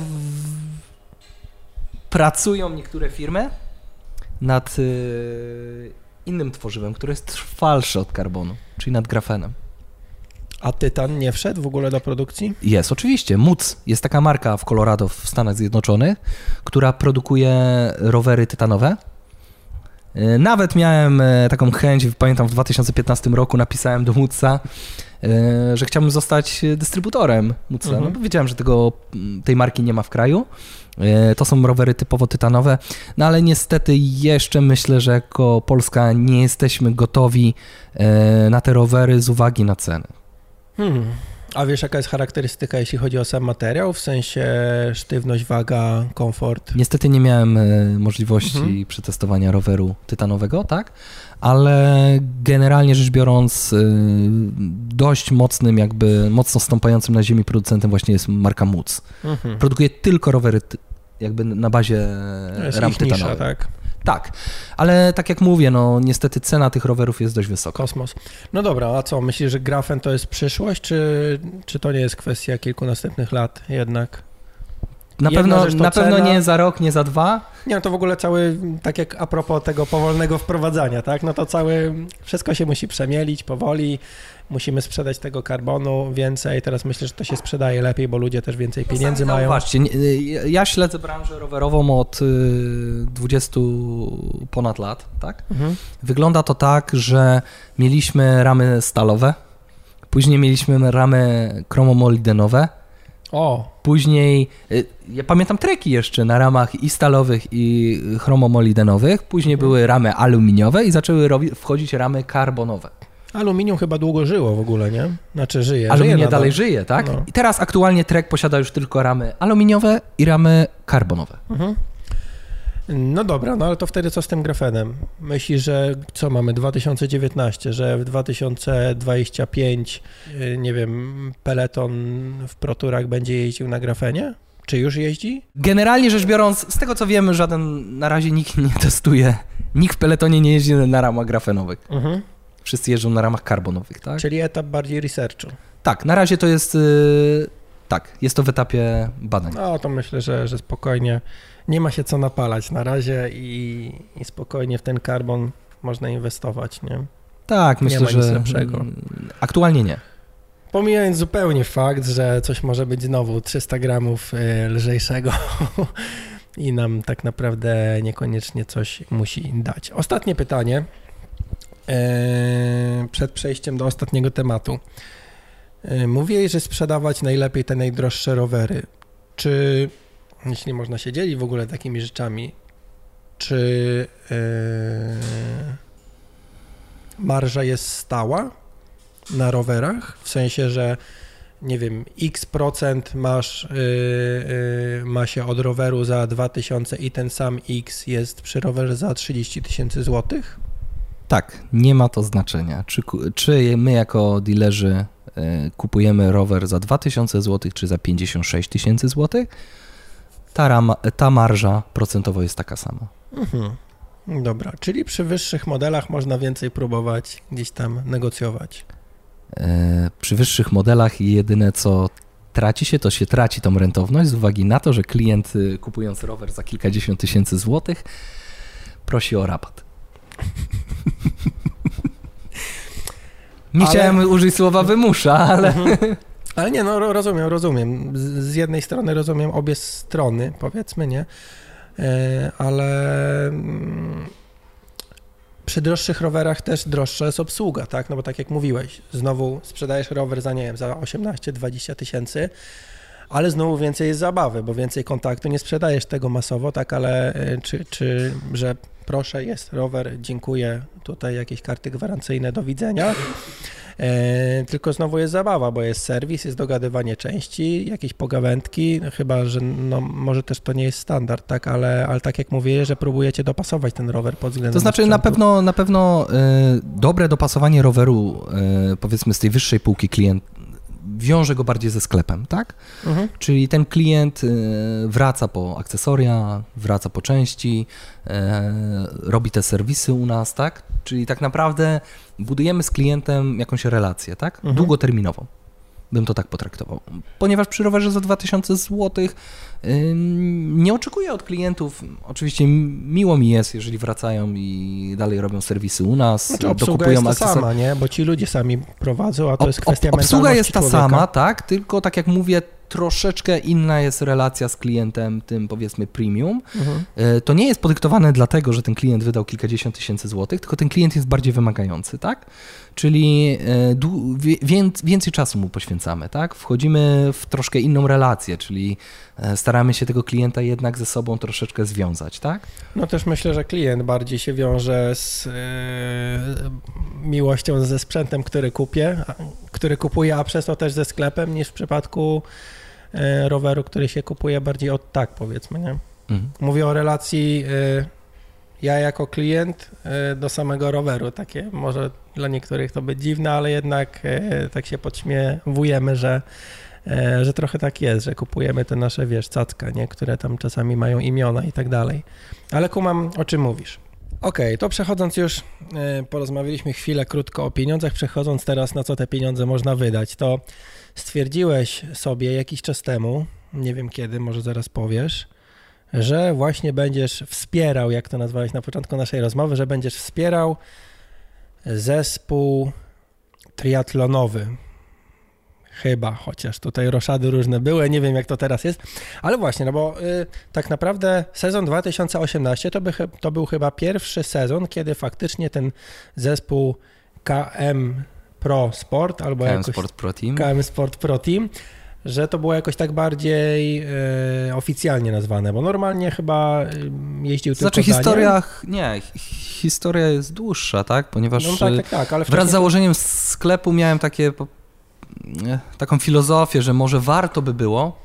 pracują niektóre firmy nad innym tworzywem, które jest trwalsze od karbonu, czyli nad grafenem. A tytan nie wszedł w ogóle do produkcji? Jest, oczywiście. MUC jest taka marka w Colorado w Stanach Zjednoczonych, która produkuje rowery tytanowe. Nawet miałem taką chęć, pamiętam w 2015 roku napisałem do MUC'a, że chciałbym zostać dystrybutorem MUC'a, no bo wiedziałem, że tej marki nie ma w kraju. To są rowery typowo tytanowe, no ale niestety jeszcze myślę, że jako Polska nie jesteśmy gotowi na te rowery z uwagi na ceny. A wiesz, jaka jest charakterystyka, jeśli chodzi o sam materiał, w sensie sztywność, waga, komfort? Niestety nie miałem możliwości przetestowania roweru tytanowego, tak? Ale generalnie rzecz biorąc dość mocnym, jakby mocno stąpającym na ziemi producentem właśnie jest marka MUC. Produkuje tylko rowery jakby na bazie ram tytanowych. Nisza, tak? Tak, ale tak jak mówię, no niestety cena tych rowerów jest dość wysoka. Kosmos. No dobra, a co, myślisz, że grafen to jest przyszłość, czy to nie jest kwestia kilku następnych lat jednak? Na pewno nie za rok, nie za 2, Nie, no to w ogóle tak jak a propos tego powolnego wprowadzania, tak, no to wszystko się musi przemielić powoli, musimy sprzedać tego karbonu więcej, teraz myślę, że to się sprzedaje lepiej, bo ludzie też więcej pieniędzy mają. Zobaczcie, ja śledzę branżę rowerową od 20 ponad lat, tak? Wygląda to tak, że mieliśmy ramy stalowe, później mieliśmy ramy kromomolidenowe, później, ja pamiętam treki jeszcze na ramach i stalowych, i chromomolidenowych, później były ramy aluminiowe i zaczęły wchodzić ramy karbonowe. Aluminium chyba długo żyło w ogóle, nie? Znaczy żyje. Aluminium dalej żyje, tak? No. I teraz aktualnie Trek posiada już tylko ramy aluminiowe i ramy karbonowe. No dobra, no ale to wtedy co z tym grafenem? Myślisz, że co mamy 2019, że w 2025, nie wiem, Peloton w ProTourach będzie jeździł na grafenie? Czy już jeździ? Generalnie rzecz biorąc, z tego co wiemy, na razie nikt nie testuje, nikt w Peletonie nie jeździ na ramach grafenowych. Wszyscy jeżdżą na ramach karbonowych, tak? Czyli etap bardziej researchu. Tak, na razie to jest, jest to w etapie badań. No to myślę, że spokojnie nie ma się co napalać na razie i spokojnie w ten karbon można inwestować, nie? Tak, myślę, nie ma nic że lepszego. Aktualnie nie. Pomijając zupełnie fakt, że coś może być znowu 300 gramów lżejszego i nam tak naprawdę niekoniecznie coś musi dać. Ostatnie pytanie przed przejściem do ostatniego tematu. Mówiłeś, że sprzedawać najlepiej te najdroższe rowery. Czy, jeśli można się dzielić w ogóle takimi rzeczami, czy marża jest stała na rowerach? W sensie, że nie wiem, x% ma się od roweru za 2000 i ten sam x jest przy rowerze za 30 000 złotych? Tak, nie ma to znaczenia. Czy my jako dealerzy kupujemy rower za 2000 zł, czy za 56 000 zł, ta marża procentowo jest taka sama. Dobra, czyli przy wyższych modelach można więcej próbować gdzieś tam negocjować. Przy wyższych modelach jedyne co traci się, to się traci tą rentowność z uwagi na to, że klient kupując rower za kilkadziesiąt tysięcy złotych prosi o rabat. Nie chciałem użyć słowa wymusza, ale... Ale nie, no rozumiem. Z jednej strony rozumiem obie strony, powiedzmy, nie? Ale przy droższych rowerach też droższa jest obsługa, tak? No bo tak jak mówiłeś, znowu sprzedajesz rower za, nie wiem, za 18-20 tysięcy, ale znowu więcej jest zabawy, bo więcej kontaktu, nie sprzedajesz tego masowo, tak? Ale że proszę, jest rower, dziękuję, tutaj jakieś karty gwarancyjne, do widzenia. Tylko znowu jest zabawa, bo jest serwis, jest dogadywanie części, jakieś pogawędki, chyba, że no, może też to nie jest standard, tak, ale tak jak mówię, że próbujecie dopasować ten rower pod względem To znaczy na pewno dobre dopasowanie roweru, powiedzmy z tej wyższej półki klient wiąże go bardziej ze sklepem, tak? Czyli ten klient wraca po akcesoria, wraca po części, robi te serwisy u nas, tak? Czyli tak naprawdę budujemy z klientem jakąś relację, tak? Długoterminową. Bym to tak potraktował. Ponieważ przy rowerze za 2000 zł nie oczekuję od klientów, oczywiście miło mi jest, jeżeli wracają i dalej robią serwisy u nas, znaczy, obsługa jest ta sama, nie? Bo ci ludzie sami prowadzą, a to jest kwestia mentalności obsługa jest ta człowieka. sama, tak? Tylko tak jak mówię, troszeczkę inna jest relacja z klientem, tym powiedzmy premium. To nie jest podyktowane dlatego, że ten klient wydał kilkadziesiąt tysięcy złotych, tylko ten klient jest bardziej wymagający, tak? Czyli więcej czasu mu poświęcamy, tak? Wchodzimy w troszkę inną relację, czyli staramy się tego klienta jednak ze sobą troszeczkę związać, tak? No też myślę, że klient bardziej się wiąże z miłością ze sprzętem, który kupuje, a przez to też ze sklepem, niż w przypadku roweru, który się kupuje bardziej od tak, powiedzmy, nie? Mówię o relacji ja jako klient do samego roweru, takie może dla niektórych to być dziwne, ale jednak tak się podśmiewujemy, że trochę tak jest, że kupujemy te nasze, wiesz, cacka, nie? Które tam czasami mają imiona i tak dalej. Ale kumam, o czym mówisz. Okej, to przechodząc już, porozmawialiśmy chwilę krótko o pieniądzach, przechodząc teraz na co te pieniądze można wydać, to stwierdziłeś sobie jakiś czas temu, nie wiem kiedy, może zaraz powiesz, że właśnie będziesz wspierał, jak to nazwałeś na początku naszej rozmowy, że będziesz wspierał zespół triatlonowy. Chyba, chociaż tutaj roszady różne były, nie wiem jak to teraz jest, ale właśnie, no bo tak naprawdę sezon 2018 to był chyba pierwszy sezon, kiedy faktycznie ten zespół KM Pro Sport albo KM jakoś Sport Pro Team. KM Sport Pro Team, że to było jakoś tak bardziej oficjalnie nazwane, bo normalnie chyba jeździł tylko Znaczy historia jest dłuższa, tak? Ponieważ no, tak, ale wraz z założeniem sklepu miałem taką filozofię, że może warto by było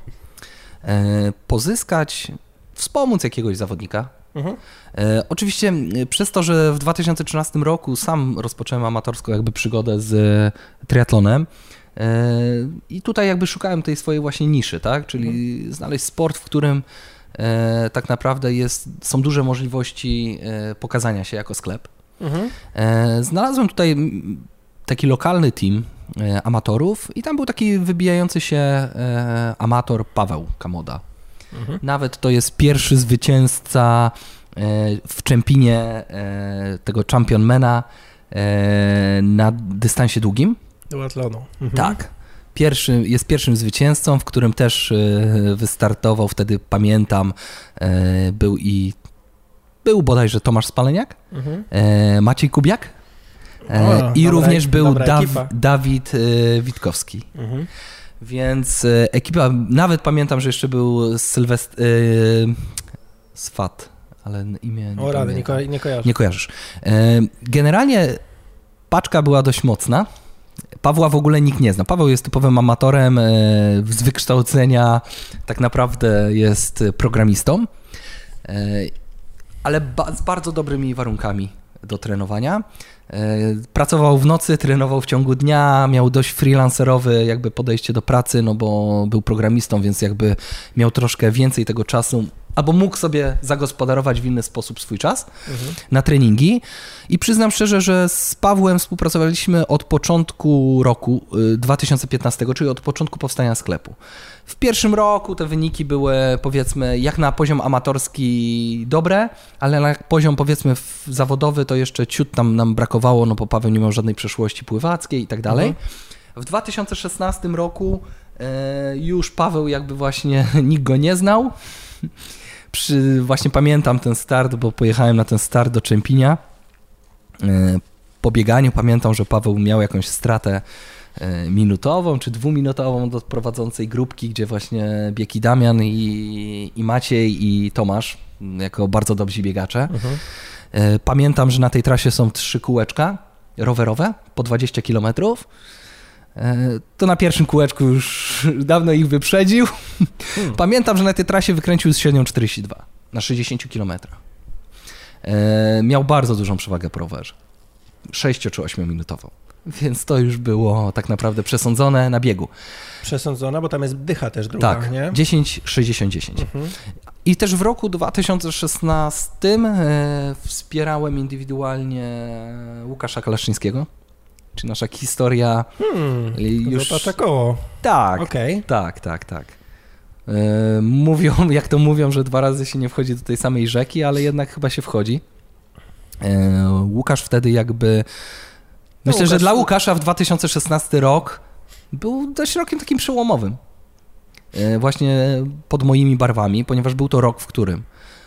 wspomóc jakiegoś zawodnika. Oczywiście przez to, że w 2013 roku sam rozpocząłem amatorską jakby przygodę z triatlonem i tutaj jakby szukałem tej swojej właśnie niszy, tak? Czyli znaleźć sport, w którym tak naprawdę są duże możliwości pokazania się jako sklep. Znalazłem tutaj taki lokalny team amatorów i tam był taki wybijający się amator Paweł Kamoda. Nawet to jest pierwszy zwycięzca w Czempinie tego Championmana na dystansie długim. Duatlonu. Tak. Jest pierwszym zwycięzcą, w którym też wystartował, wtedy pamiętam, był bodajże Tomasz Spaleniak, Maciej Kubiak i również był Dawid Witkowski. Więc ekipa, nawet pamiętam, że jeszcze był Swat, ale imię nie pamiętam. Nie kojarzysz. Generalnie paczka była dość mocna. Pawła w ogóle nikt nie zna. Paweł jest typowym amatorem, z wykształcenia tak naprawdę jest programistą, ale z bardzo dobrymi warunkami do trenowania. Pracował w nocy, trenował w ciągu dnia, miał dość freelancerowe jakby podejście do pracy, no bo był programistą, więc jakby miał troszkę więcej tego czasu, albo mógł sobie zagospodarować w inny sposób swój czas na treningi. I przyznam szczerze, że z Pawłem współpracowaliśmy od początku roku 2015, czyli od początku powstania sklepu. W pierwszym roku te wyniki były, powiedzmy, jak na poziom amatorski dobre, ale na poziom, powiedzmy, zawodowy to jeszcze ciut tam nam brakowało, no bo Paweł nie miał żadnej przeszłości pływackiej i tak dalej. W 2016 roku już Paweł jakby właśnie nikt go nie znał. Właśnie pamiętam ten start, bo pojechałem na ten start do Czempinia. Po bieganiu pamiętam, że Paweł miał jakąś stratę minutową czy dwuminutową do prowadzącej grupki, gdzie właśnie biegł i Damian, i Maciej, i Tomasz, jako bardzo dobrzy biegacze. Pamiętam, że na tej trasie są 3 kółeczka rowerowe po 20 km. To na pierwszym kółeczku już dawno ich wyprzedził. Pamiętam, że na tej trasie wykręcił z średnią 42 na 60 km. Miał bardzo dużą przewagę po rowerze. 6 czy 8 minutową. Więc to już było tak naprawdę przesądzone na biegu. Przesądzona, bo tam jest dycha też druga, tak, nie? 10, 60, 10. I też w roku 2016 wspierałem indywidualnie Łukasza Kalaszyńskiego. Czy nasza historia już... To koło. Tak, okay. tak. Jak to mówią, że 2 razy się nie wchodzi do tej samej rzeki, ale jednak chyba się wchodzi. Łukasz wtedy jakby... Myślę, że dla Łukasza w 2016 rok był dość rokiem takim przełomowym. Właśnie pod moimi barwami, ponieważ był to rok, w którym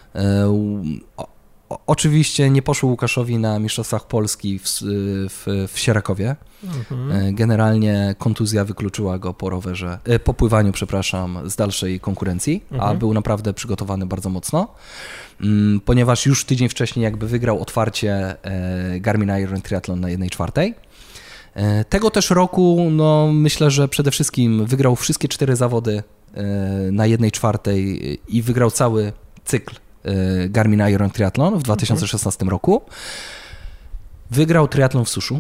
oczywiście nie poszło Łukaszowi na Mistrzostwach Polski w Sierakowie. Generalnie kontuzja wykluczyła go po pływaniu, z dalszej konkurencji, a był naprawdę przygotowany bardzo mocno, ponieważ już tydzień wcześniej jakby wygrał otwarcie Garmin Iron Triathlon na 1/4. Tego też roku, no myślę, że przede wszystkim wygrał wszystkie 4 zawody na 1/4 i wygrał cały cykl Garmin Iron Triathlon w 2016 roku. Wygrał triatlon w suszu.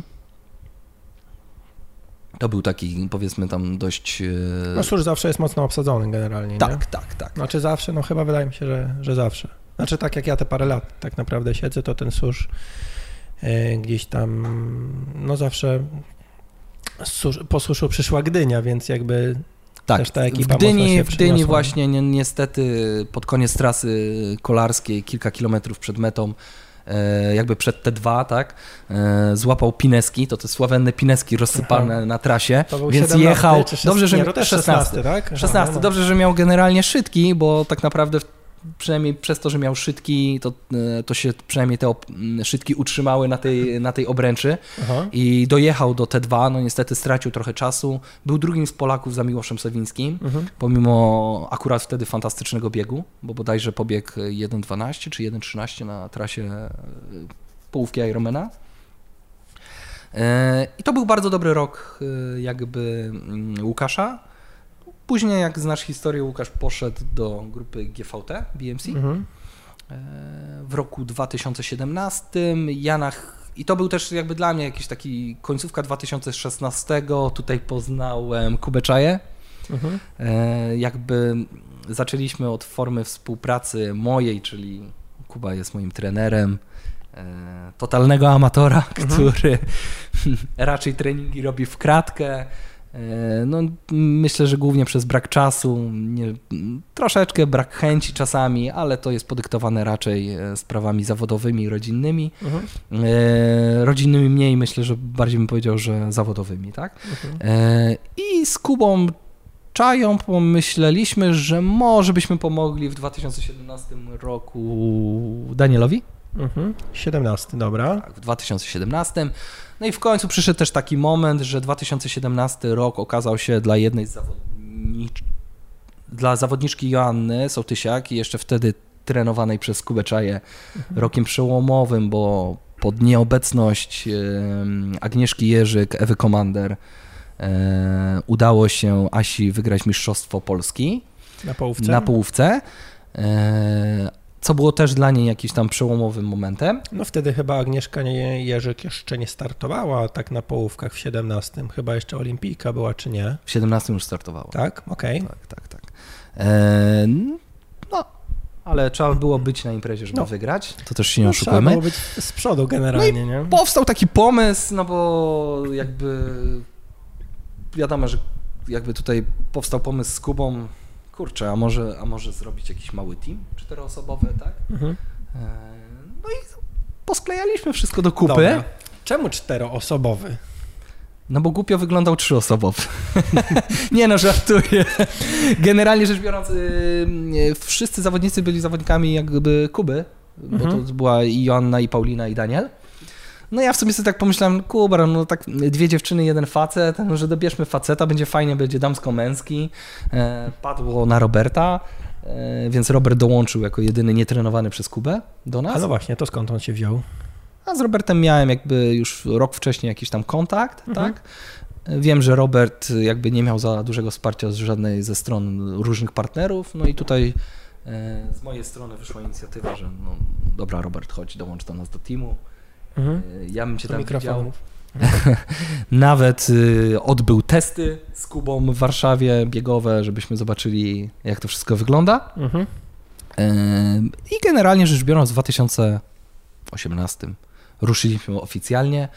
To był taki, powiedzmy, tam dość... No susz zawsze jest mocno obsadzony generalnie, tak, nie? Tak. Znaczy zawsze, no chyba wydaje mi się, że zawsze. Znaczy tak jak ja te parę lat tak naprawdę siedzę, to ten susz gdzieś tam, no zawsze po suszu przyszła Gdynia, więc jakby Tak, też ta ekipa w Gdyni, mocno się w Gdyni przeniosła. właśnie niestety pod koniec trasy kolarskiej, kilka kilometrów przed metą, jakby przed T2, tak, złapał Pineski, to te sławenne Pineski rozsypane na trasie, To był więc 17, jechał, czy dobrze, że nie, to też 16, tak? 16, no. dobrze, że miał generalnie szytki, bo tak naprawdę przynajmniej przez to, że miał szytki, to się przynajmniej te szytki utrzymały na tej obręczy Aha. i dojechał do T2, no niestety stracił trochę czasu, był drugim z Polaków za Miłoszem Sawińskim, pomimo akurat wtedy fantastycznego biegu, bo bodajże pobiegł 1.12 czy 1.13 na trasie połówki Ironmana. I to był bardzo dobry rok jakby Łukasza. Później, jak znasz historię, Łukasz poszedł do grupy GVT, BMC w roku 2017. I to był też jakby dla mnie jakiś taki końcówka 2016. Tutaj poznałem Kubę Czaję. Jakby zaczęliśmy od formy współpracy mojej, czyli Kuba jest moim trenerem, totalnego amatora, który raczej treningi robi w kratkę. No, myślę, że głównie przez brak czasu, troszeczkę brak chęci czasami, ale to jest podyktowane raczej sprawami zawodowymi i rodzinnymi. Rodzinnymi mniej, myślę, że bardziej bym powiedział, że zawodowymi, tak? I z Kubą Czają pomyśleliśmy, że może byśmy pomogli w 2017 roku Danielowi. 17, dobra. Tak, w 2017. No i w końcu przyszedł też taki moment, że 2017 rok okazał się dla jednej z dla zawodniczki Joanny Sołtysiak, jeszcze wtedy trenowanej przez Kubę Czaję, rokiem przełomowym, bo pod nieobecność Agnieszki Jerzyk, Ewy Komander udało się Asi wygrać Mistrzostwo Polski na połówce. Co było też dla niej jakimś tam przełomowym momentem. No wtedy chyba Agnieszka Jerzyk jeszcze nie startowała tak na połówkach w 17. Chyba jeszcze olimpijka była, czy nie? W 17 już startowała. Tak? Okej. Tak. No, ale trzeba było być na imprezie, żeby wygrać. To też się nie oszukujmy. Trzeba było być z przodu generalnie, nie? Powstał taki pomysł, no bo jakby wiadomo, że jakby tutaj powstał pomysł z Kubą, kurczę, a może zrobić jakiś mały team 4-osobowy, tak? No i posklejaliśmy wszystko do kupy. Dobra. Czemu 4-osobowy? No bo głupio wyglądał 3-osobowy. Nie no, żartuję. Generalnie rzecz biorąc, wszyscy zawodnicy byli zawodnikami jakby Kuby, bo to była i Joanna, i Paulina, i Daniel. No ja w sumie sobie tak pomyślałem, Kuba, no tak 2 dziewczyny, 1 facet, no, że dobierzmy faceta, będzie fajnie, będzie damsko-męski. Padło na Roberta, więc Robert dołączył jako jedyny nietrenowany przez Kubę do nas. A no właśnie, to skąd on się wziął? A z Robertem miałem jakby już rok wcześniej jakiś tam kontakt, tak? Wiem, że Robert jakby nie miał za dużego wsparcia z żadnej ze stron różnych partnerów, no i tutaj z mojej strony wyszła inicjatywa, że no dobra, Robert, chodź, dołącz do nas do teamu. Ja bym cię tam widział. Nawet odbył testy z Kubą w Warszawie biegowe, żebyśmy zobaczyli, jak to wszystko wygląda. I generalnie rzecz biorąc w 2018 ruszyliśmy oficjalnie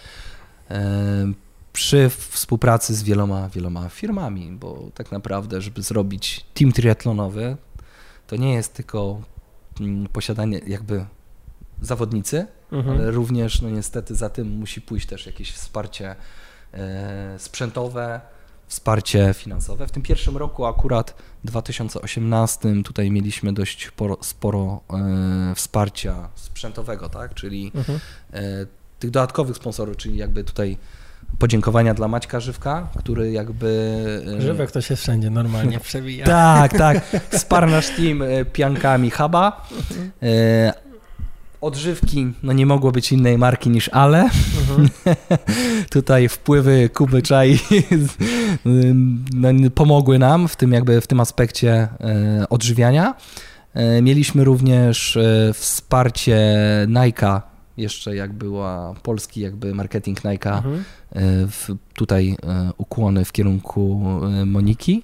przy współpracy z wieloma firmami, bo tak naprawdę, żeby zrobić team triatlonowy, to nie jest tylko posiadanie jakby zawodnicy, ale również no niestety za tym musi pójść też jakieś wsparcie sprzętowe, wsparcie finansowe. W tym pierwszym roku akurat 2018 tutaj mieliśmy dość sporo wsparcia sprzętowego, tak? Czyli tych dodatkowych sponsorów, czyli jakby tutaj podziękowania dla Maćka Żywka, który jakby... Żywek to się wszędzie normalnie przewija. Tak. Wsparł nasz team piankami Huba. Odżywki, no nie mogło być innej marki niż Ale. Tutaj wpływy Kuby Czai no, pomogły nam w tym aspekcie odżywiania. Mieliśmy również wsparcie Nike'a, jeszcze jak była polski jakby marketing Nike'a, tutaj ukłony w kierunku Moniki.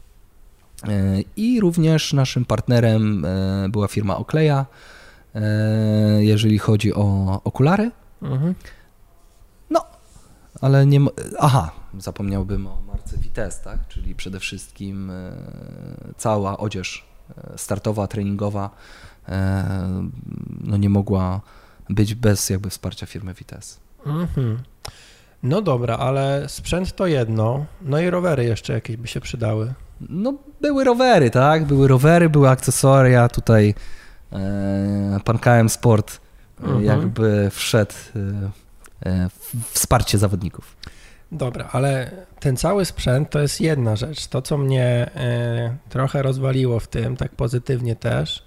I również naszym partnerem była firma Okleja, jeżeli chodzi o okulary. No, ale nie... Aha, zapomniałbym o marce Vitesse, tak? Czyli przede wszystkim cała odzież startowa, treningowa no nie mogła być bez jakby wsparcia firmy Vitesse. No dobra, ale sprzęt to jedno, no i rowery jeszcze jakieś by się przydały. No były rowery, tak? Były rowery, były akcesoria, tutaj pan KM Sport jakby wszedł w wsparcie zawodników. Dobra, ale ten cały sprzęt to jest jedna rzecz. To, co mnie trochę rozwaliło w tym, tak pozytywnie też,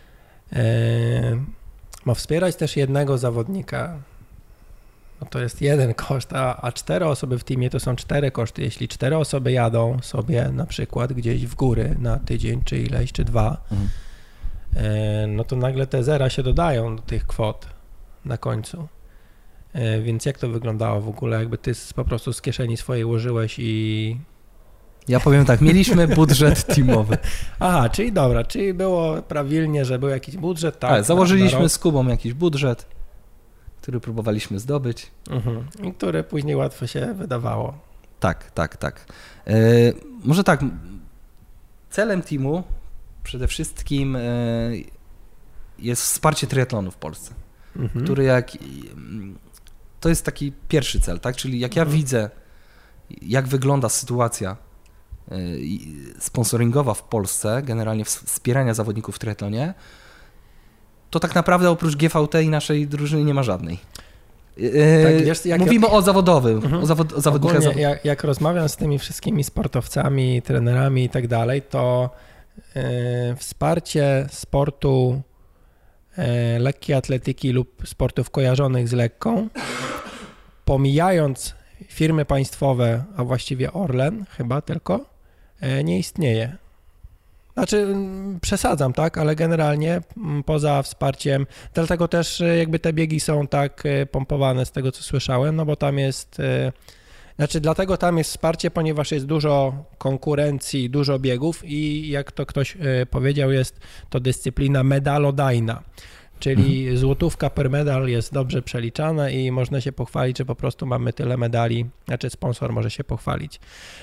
ma wspierać też jednego zawodnika. No to jest jeden koszt, a 4 osoby w teamie to są 4 koszty. Jeśli 4 osoby jadą sobie na przykład gdzieś w góry na tydzień, czy ileś, czy 2, no to nagle te zera się dodają do tych kwot na końcu. Więc jak to wyglądało w ogóle? Jakby ty po prostu z kieszeni swojej ułożyłeś i... Ja powiem tak, mieliśmy budżet teamowy. Aha, czyli dobra, czyli było prawilnie, że był jakiś budżet, tak? Tak, założyliśmy z Kubą jakiś budżet, który próbowaliśmy zdobyć. I który później łatwo się wydawało. Tak. Może tak, celem teamu przede wszystkim jest wsparcie triatlonu w Polsce, który to jest taki pierwszy cel, tak? Czyli jak ja widzę, jak wygląda sytuacja sponsoringowa w Polsce, generalnie wspierania zawodników w triatlonie, to tak naprawdę oprócz GVT i naszej drużyny nie ma żadnej. Tak, wiesz, mówimy o zawodowym, o zawodnikach. Ogólnie, jak rozmawiam z tymi wszystkimi sportowcami, trenerami i tak dalej, to wsparcie sportu lekkiej atletyki lub sportów kojarzonych z lekką, pomijając firmy państwowe, a właściwie Orlen chyba tylko, nie istnieje. Znaczy przesadzam, tak, ale generalnie poza wsparciem, dlatego też jakby te biegi są tak pompowane z tego, co słyszałem, no bo tam jest, dlatego tam jest wsparcie, ponieważ jest dużo konkurencji, dużo biegów i jak to ktoś powiedział, jest to dyscyplina medalodajna, czyli złotówka per medal jest dobrze przeliczana i można się pochwalić, że po prostu mamy tyle medali, sponsor może się pochwalić.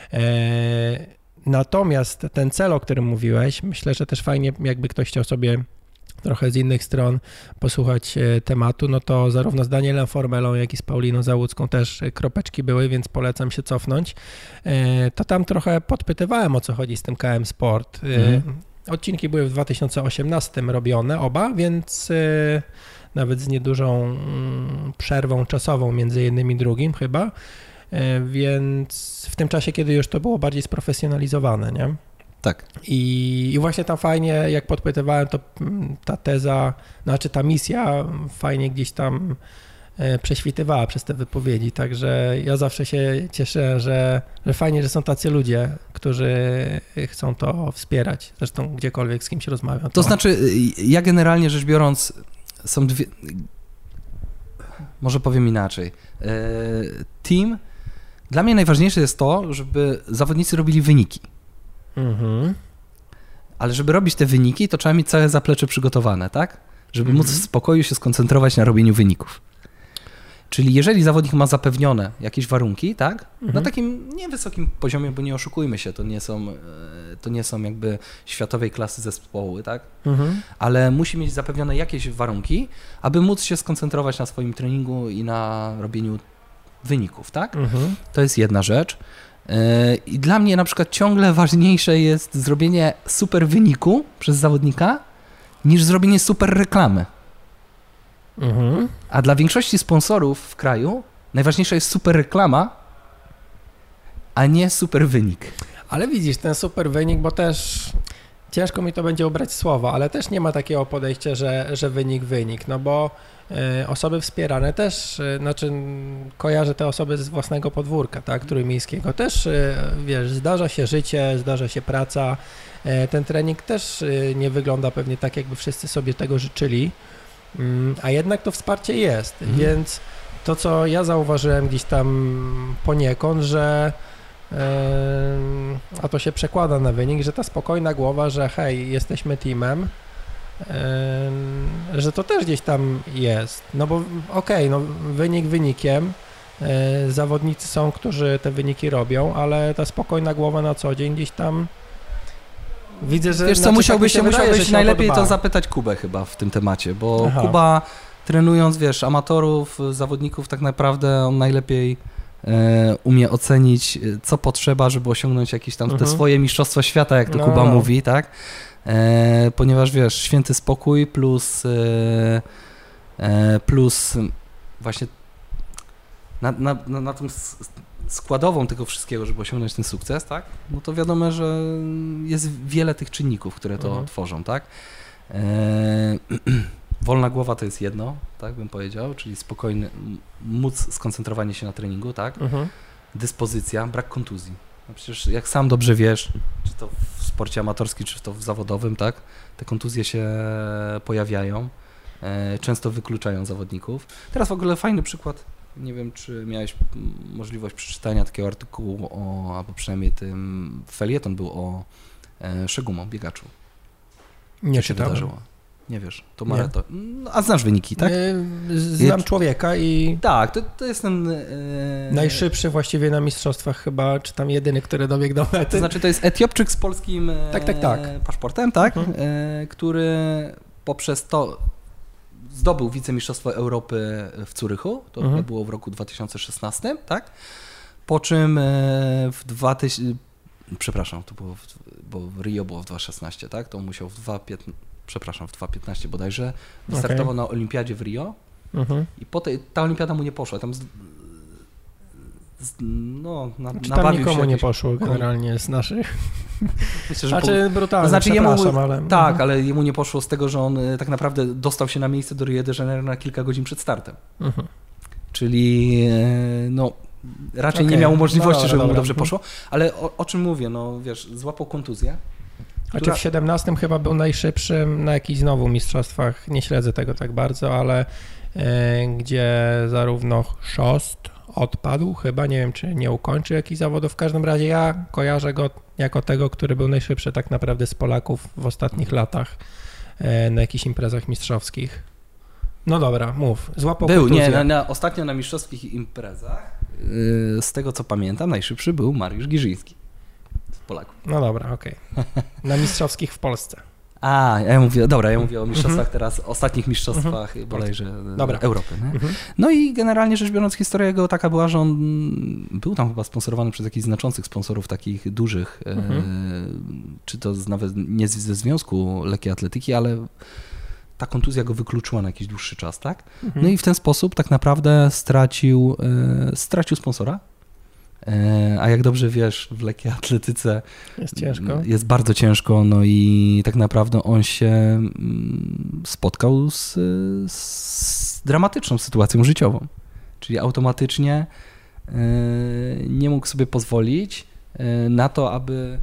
Natomiast ten cel, o którym mówiłeś, myślę, że też fajnie, jakby ktoś chciał sobie trochę z innych stron posłuchać tematu, no to zarówno z Danielem Formelą, jak i z Pauliną Załucką też kropeczki były, więc polecam się cofnąć. To tam trochę podpytywałem, o co chodzi z tym KM Sport. Odcinki były w 2018 robione oba, więc nawet z niedużą przerwą czasową między jednym i drugim chyba. Więc w tym czasie, kiedy już to było bardziej sprofesjonalizowane, nie? Tak. I właśnie tam fajnie, jak podpytywałem, to ta teza, ta misja fajnie gdzieś tam prześwitywała przez te wypowiedzi, także ja zawsze się cieszę, że fajnie, że są tacy ludzie, którzy chcą to wspierać, zresztą gdziekolwiek z kimś rozmawiam. To znaczy, ja generalnie rzecz biorąc, są dwie... Może powiem inaczej. Team, dla mnie najważniejsze jest to, żeby zawodnicy robili wyniki. Ale żeby robić te wyniki, to trzeba mieć całe zaplecze przygotowane, tak? Żeby móc w spokoju się skoncentrować na robieniu wyników. Czyli jeżeli zawodnik ma zapewnione jakieś warunki, tak? Na takim niewysokim poziomie, bo nie oszukujmy się, to nie są jakby światowej klasy zespoły, tak? Ale musi mieć zapewnione jakieś warunki, aby móc się skoncentrować na swoim treningu i na robieniu wyników, tak? To jest jedna rzecz. I dla mnie na przykład ciągle ważniejsze jest zrobienie super wyniku przez zawodnika, niż zrobienie super reklamy. A dla większości sponsorów w kraju najważniejsza jest super reklama, a nie super wynik. Ale widzisz, ten super wynik, bo też ciężko mi to będzie ubrać słowa, ale też nie ma takiego podejścia, że wynik, no bo osoby wspierane też, kojarzę te osoby z własnego podwórka, tak, trójmiejskiego, też, wiesz, zdarza się życie, zdarza się praca, ten trening też nie wygląda pewnie tak, jakby wszyscy sobie tego życzyli, a jednak to wsparcie jest, więc to, co ja zauważyłem gdzieś tam poniekąd, że a to się przekłada na wynik, że ta spokojna głowa, że hej, jesteśmy teamem, że to też gdzieś tam jest, no bo okej, no wynik wynikiem, Zawodnicy są, którzy te wyniki robią, ale ta spokojna głowa na co dzień gdzieś tam widzę, że... Wiesz co, musiałbyś najlepiej to zapytać zapytać Kubę chyba w tym temacie, bo Kuba trenując, wiesz, amatorów, zawodników, tak naprawdę on najlepiej umie ocenić, co potrzeba, żeby osiągnąć jakieś tam te swoje mistrzostwa świata, jak to Kuba mówi, tak? Ponieważ wiesz, święty spokój plus właśnie na tym składową tego wszystkiego, żeby osiągnąć ten sukces, tak? No to wiadomo, że jest wiele tych czynników, które to tworzą, tak? Wolna głowa to jest jedno, tak bym powiedział, czyli spokojny, móc skoncentrowanie się na treningu, tak? Dyspozycja, brak kontuzji. No przecież jak sam dobrze wiesz, czy to w sporcie amatorskim, czy to w zawodowym, tak? Te kontuzje się pojawiają, często wykluczają zawodników. Teraz w ogóle fajny przykład, nie wiem, czy miałeś możliwość przeczytania takiego artykułu albo przynajmniej felieton był o Szegumo, biegaczu. Nie się czytałem. Wydarzyło. Nie wiesz, to maraton. A znasz wyniki, tak? Znam człowieka i... Tak, to jest ten... Najszybszy właściwie na mistrzostwach chyba, czy tam jedyny, który dobiegł do mety. To znaczy to jest Etiopczyk z polskim paszportem, tak? Który poprzez to zdobył wicemistrzostwo Europy w Zurychu, to było w roku 2016, tak? Po czym w 2000... Przepraszam, to było bo w Rio było w 2016, tak? To on musiał w 2015 bodajże, wystartował na olimpiadzie w Rio i ta olimpiada mu nie poszła. Tam tam nikomu nie poszło generalnie z naszych. Myślę, że brutalnie, ale... Tak, ale jemu nie poszło z tego, że on tak naprawdę dostał się na miejsce do Rio de Janeiro na kilka godzin przed startem. Czyli raczej nie miał możliwości, żeby mu dobrze poszło, ale o czym mówię, no wiesz, złapał kontuzję. Znaczy w 17 chyba był najszybszym na jakichś znowu mistrzostwach, nie śledzę tego tak bardzo, ale gdzie zarówno Szost odpadł, chyba nie wiem, czy nie ukończył jakichś zawodów, w każdym razie ja kojarzę go jako tego, który był najszybszy tak naprawdę z Polaków w ostatnich latach na jakichś imprezach mistrzowskich. No dobra, mów, złapał kontuzję. Ostatnio na mistrzowskich imprezach, z tego co pamiętam, najszybszy był Mariusz Giżyński z Polaków. No dobra, okej. Na mistrzowskich w Polsce. Ja mówię o mistrzostwach teraz, ostatnich mistrzostwach bodajże Europy. Nie? No i generalnie rzecz biorąc historia jego taka była, że on był tam chyba sponsorowany przez jakichś znaczących sponsorów takich dużych, czy to nawet nie ze Związku Lekkiej Atletyki, ale ta kontuzja go wykluczyła na jakiś dłuższy czas, tak? No i w ten sposób tak naprawdę stracił sponsora. A jak dobrze wiesz, w lekkiej atletyce jest ciężko. Jest bardzo ciężko, no i tak naprawdę on się spotkał z dramatyczną sytuacją życiową. Czyli automatycznie nie mógł sobie pozwolić na to, aby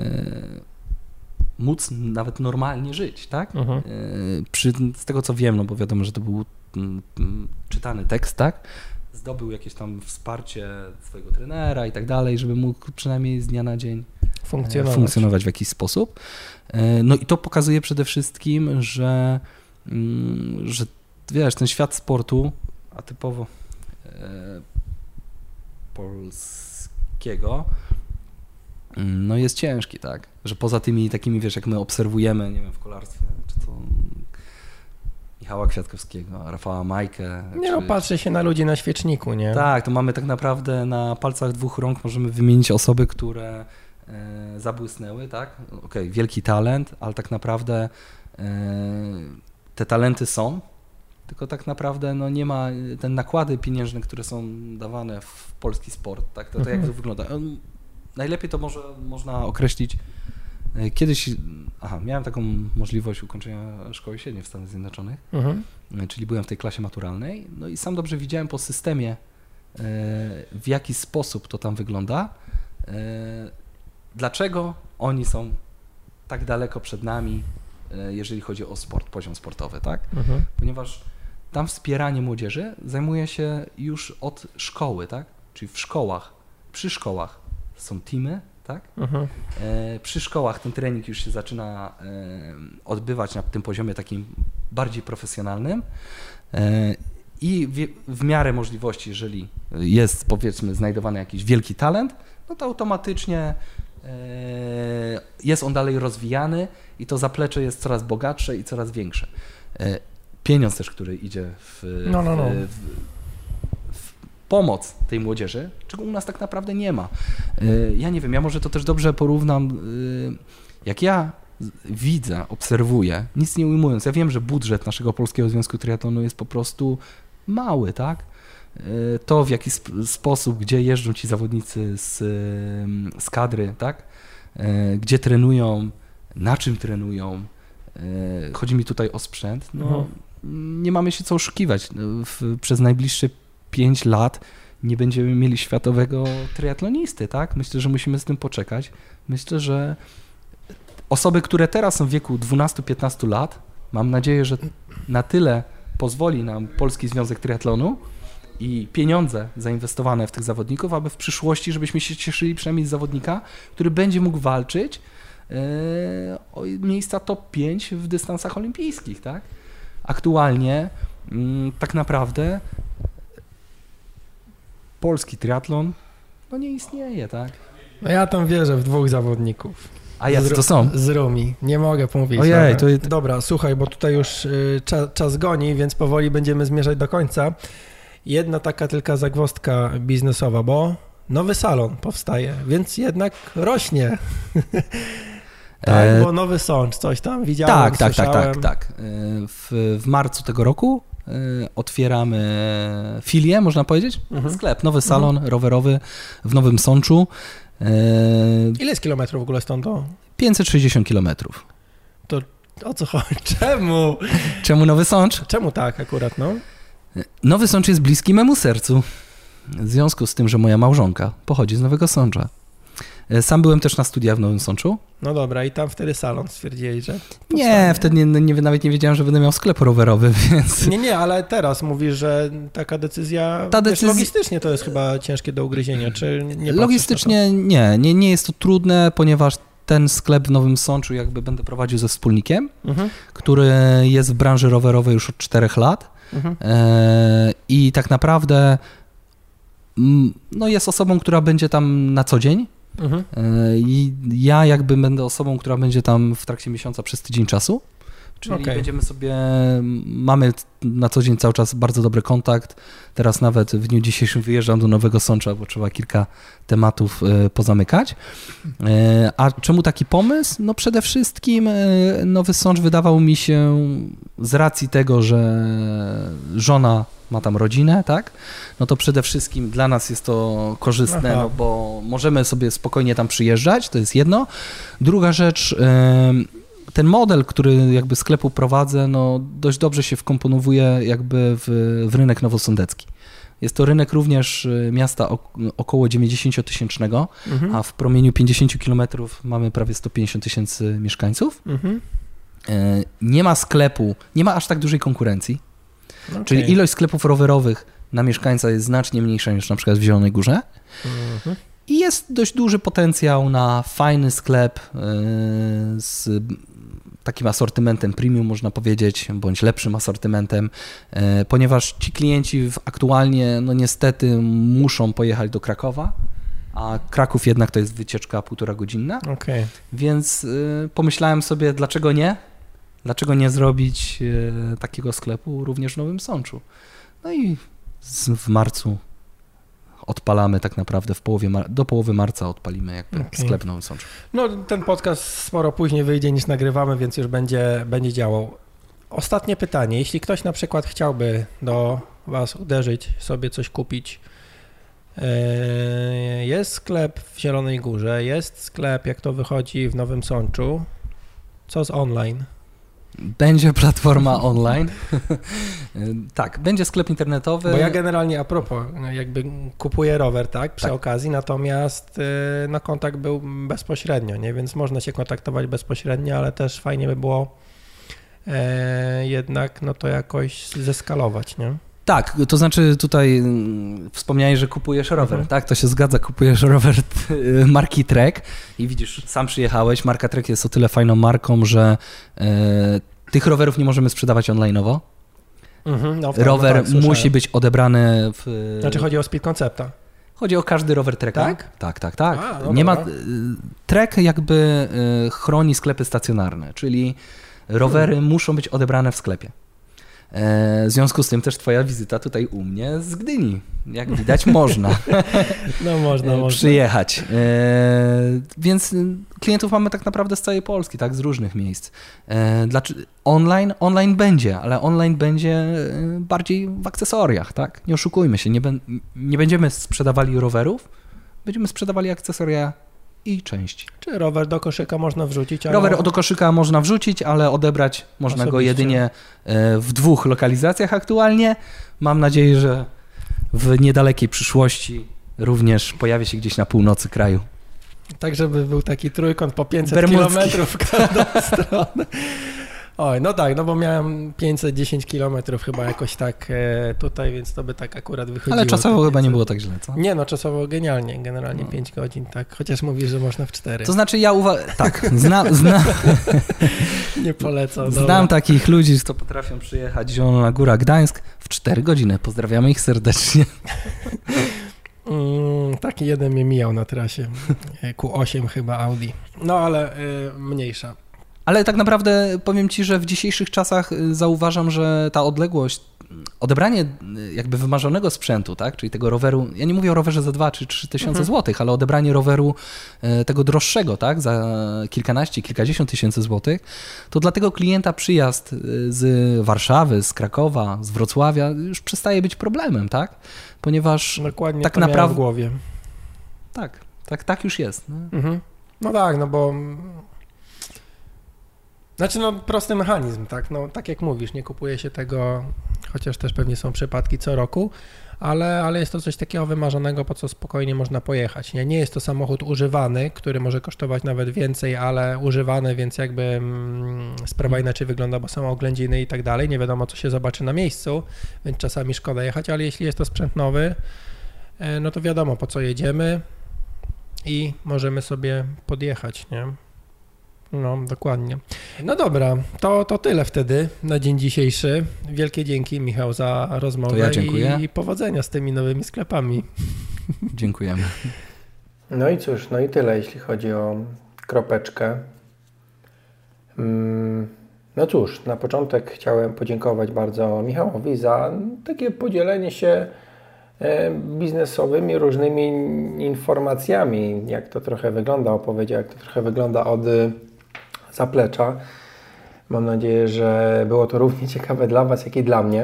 móc nawet normalnie żyć, tak? Z tego co wiem, no bo wiadomo, że to był czytany tekst, tak? Zdobył jakieś tam wsparcie swojego trenera i tak dalej, żeby mógł przynajmniej z dnia na dzień funkcjonować w jakiś sposób. No i to pokazuje przede wszystkim, że wiesz, ten świat sportu, a typowo polskiego, no jest ciężki, tak? Że poza tymi takimi, wiesz, jak my obserwujemy, nie wiem, w kolarstwie, czy to Michała Kwiatkowskiego, Rafała Majkę. Patrzę się na ludzi na świeczniku, nie? Tak, to mamy tak naprawdę na palcach dwóch rąk możemy wymienić osoby, które zabłysnęły, tak? Okej, wielki talent, ale tak naprawdę te talenty są, tylko tak naprawdę no, nie ma te nakłady pieniężne, które są dawane w polski sport, tak? To jak to wygląda? Najlepiej to można określić. Kiedyś, miałem taką możliwość ukończenia szkoły średniej w Stanach Zjednoczonych, czyli byłem w tej klasie maturalnej, no i sam dobrze widziałem po systemie, w jaki sposób to tam wygląda, dlaczego oni są tak daleko przed nami, jeżeli chodzi o sport, poziom sportowy, tak? Ponieważ tam wspieranie młodzieży zajmuje się już od szkoły, tak? Czyli w szkołach, przy szkołach są teamy, tak? Przy szkołach ten trening już się zaczyna odbywać na tym poziomie takim bardziej profesjonalnym i w miarę możliwości, jeżeli jest, powiedzmy, znajdowany jakiś wielki talent, no to automatycznie jest on dalej rozwijany i to zaplecze jest coraz bogatsze i coraz większe. Pieniądz też, który idzie w pomoc tej młodzieży, czego u nas tak naprawdę nie ma. Ja nie wiem, ja może to też dobrze porównam, jak ja widzę, obserwuję, nic nie ujmując, ja wiem, że budżet naszego Polskiego Związku Triatlonu jest po prostu mały, tak? To, w jaki sposób, gdzie jeżdżą ci zawodnicy z kadry, tak? Gdzie trenują, na czym trenują, chodzi mi tutaj o sprzęt, no nie mamy się co oszukiwać. Przez najbliższe 5 lat nie będziemy mieli światowego triatlonisty, tak? Myślę, że musimy z tym poczekać. Myślę, że osoby, które teraz są w wieku 12-15 lat, mam nadzieję, że na tyle pozwoli nam Polski Związek Triatlonu i pieniądze zainwestowane w tych zawodników, aby w przyszłości, żebyśmy się cieszyli przynajmniej z zawodnika, który będzie mógł walczyć o miejsca top 5 w dystansach olimpijskich, tak? Aktualnie tak naprawdę polski triatlon no nie istnieje, tak? No ja tam wierzę w 2 zawodników. A jacy to są? Z Rumi. Nie mogę powiedzieć. Ojej, to... Dobra, słuchaj, bo tutaj już czas goni, więc powoli będziemy zmierzać do końca. Jedna taka tylko zagwozdka biznesowa, bo nowy salon powstaje, więc jednak rośnie. Tak, bo nowy sącz, coś tam widziałem, słyszałem. Tak. W marcu tego roku otwieramy filię, można powiedzieć, sklep, nowy salon rowerowy w Nowym Sączu. Ile jest kilometrów w ogóle stąd do? 560 kilometrów. To o co chodzi? Czemu? Czemu Nowy Sącz? Czemu tak akurat, no? Nowy Sącz jest bliski memu sercu, w związku z tym, że moja małżonka pochodzi z Nowego Sącza. Sam byłem też na studiach w Nowym Sączu. No dobra, i tam wtedy salon stwierdziłeś, że powstanie. Nie, wtedy nawet nie wiedziałem, że będę miał sklep rowerowy, więc... Nie, ale teraz mówisz, że taka decyzja... logistycznie to jest chyba ciężkie do ugryzienia, czy nie? Logistycznie nie jest to trudne, ponieważ ten sklep w Nowym Sączu jakby będę prowadził ze wspólnikiem, który jest w branży rowerowej już od 4 lat i tak naprawdę no jest osobą, która będzie tam na co dzień. I ja jakby będę osobą, która będzie tam w trakcie miesiąca przez tydzień czasu, czyli będziemy sobie, mamy na co dzień cały czas bardzo dobry kontakt. Teraz nawet w dniu dzisiejszym wyjeżdżam do Nowego Sącza, bo trzeba kilka tematów pozamykać. A czemu taki pomysł? No przede wszystkim Nowy Sącz wydawał mi się z racji tego, że żona ma tam rodzinę, tak? No to przede wszystkim dla nas jest to korzystne, no bo możemy sobie spokojnie tam przyjeżdżać, to jest jedno. Druga rzecz, ten model, który jakby sklepu prowadzę, no dość dobrze się wkomponowuje jakby w rynek nowosądecki. Jest to rynek również miasta około 90-tysięcznego, a w promieniu 50 kilometrów mamy prawie 150 000 mieszkańców. Nie ma sklepu, nie ma aż tak dużej konkurencji. Czyli ilość sklepów rowerowych na mieszkańca jest znacznie mniejsza niż na przykład w Zielonej Górze. I jest dość duży potencjał na fajny sklep z takim asortymentem premium, można powiedzieć, bądź lepszym asortymentem, ponieważ ci klienci aktualnie, no niestety, muszą pojechać do Krakowa, a Kraków jednak to jest wycieczka 1,5 godzinna. Więc pomyślałem sobie, dlaczego nie? Dlaczego nie zrobić takiego sklepu również w Nowym Sączu? No i w marcu odpalamy tak naprawdę, do połowy marca odpalimy jakby sklep w Nowym Sączu. No ten podcast sporo później wyjdzie niż nagrywamy, więc już będzie działał. Ostatnie pytanie. Jeśli ktoś na przykład chciałby do Was uderzyć, sobie coś kupić, jest sklep w Zielonej Górze, jest sklep, jak to wychodzi, w Nowym Sączu. Co z online? Będzie platforma online. Tak, będzie sklep internetowy. Bo ja generalnie, a propos, jakby kupuję rower, tak, przy okazji, natomiast no, kontakt był bezpośrednio, nie? Więc można się kontaktować bezpośrednio, ale też fajnie by było jednak no to jakoś zeskalować, nie? Tak, to znaczy tutaj wspomniałeś, że kupujesz rower, tak? To się zgadza, kupujesz rower marki Trek i widzisz, sam przyjechałeś, marka Trek jest o tyle fajną marką, że tych rowerów nie możemy sprzedawać online'owo, No, rower tak, musi być odebrany w... Znaczy chodzi o Speed Concepta. Chodzi o każdy rower Treka. Tak? Tak. A, Nie ma... Trek jakby chroni sklepy stacjonarne, czyli rowery muszą być odebrane w sklepie. W związku z tym też twoja wizyta tutaj u mnie z Gdyni. Jak widać można. No można. Przyjechać. Więc klientów mamy tak naprawdę z całej Polski, tak, z różnych miejsc. Online będzie, ale online będzie bardziej w akcesoriach, tak? Nie oszukujmy się, nie będziemy sprzedawali rowerów, będziemy sprzedawali akcesoria i części. Czy rower do koszyka można wrzucić? Rower do koszyka można wrzucić, ale odebrać można go jedynie w 2 lokalizacjach aktualnie. Mam nadzieję, że w niedalekiej przyszłości również pojawi się gdzieś na północy kraju. Tak, żeby był taki trójkąt po 500 km w każdą stronę. Oj, no tak, no bo miałem 510 km chyba jakoś tak tutaj, więc to by tak akurat wychodziło. Ale czasowo chyba nie było tak źle, co? Nie, no czasowo genialnie, generalnie 5 godzin, tak, chociaż mówisz, że można w 4. To znaczy znam Nie polecam. Znam takich ludzi, co potrafią przyjechać Zielona Góra, Gdańsk w 4 godziny. Pozdrawiamy ich serdecznie. Taki jeden mnie mijał na trasie, Q8 chyba Audi, no ale mniejsza. Ale tak naprawdę powiem Ci, że w dzisiejszych czasach zauważam, że ta odległość, odebranie jakby wymarzonego sprzętu, tak, czyli tego roweru, ja nie mówię o rowerze za 2 czy 3 tysiące złotych, ale odebranie roweru tego droższego, tak, za kilkanaście, kilkadziesiąt tysięcy złotych, to dla tego klienta przyjazd z Warszawy, z Krakowa, z Wrocławia już przestaje być problemem, tak, ponieważ dokładnie tak to naprawdę w głowie. Tak już jest. No, no tak, no bo znaczy no prosty mechanizm, tak, no tak jak mówisz, nie kupuje się tego, chociaż też pewnie są przypadki co roku, ale jest to coś takiego wymarzonego, po co spokojnie można pojechać. Nie jest to samochód używany, który może kosztować nawet więcej, ale używany, więc jakby sprawa inaczej wygląda, bo są oględziny i tak dalej, nie wiadomo co się zobaczy na miejscu, więc czasami szkoda jechać, ale jeśli jest to sprzęt nowy, no to wiadomo po co jedziemy i możemy sobie podjechać, nie? No, dokładnie. No dobra, to tyle wtedy na dzień dzisiejszy. Wielkie dzięki, Michał, za rozmowę. To ja dziękuję. I powodzenia z tymi nowymi sklepami. Dziękujemy. No i cóż, no i tyle, jeśli chodzi o kropeczkę. No cóż, na początek chciałem podziękować bardzo Michałowi za takie podzielenie się biznesowymi różnymi informacjami, jak to trochę wygląda, opowiedział, jak to trochę wygląda od zaplecza. Mam nadzieję, że było to równie ciekawe dla Was, jak i dla mnie.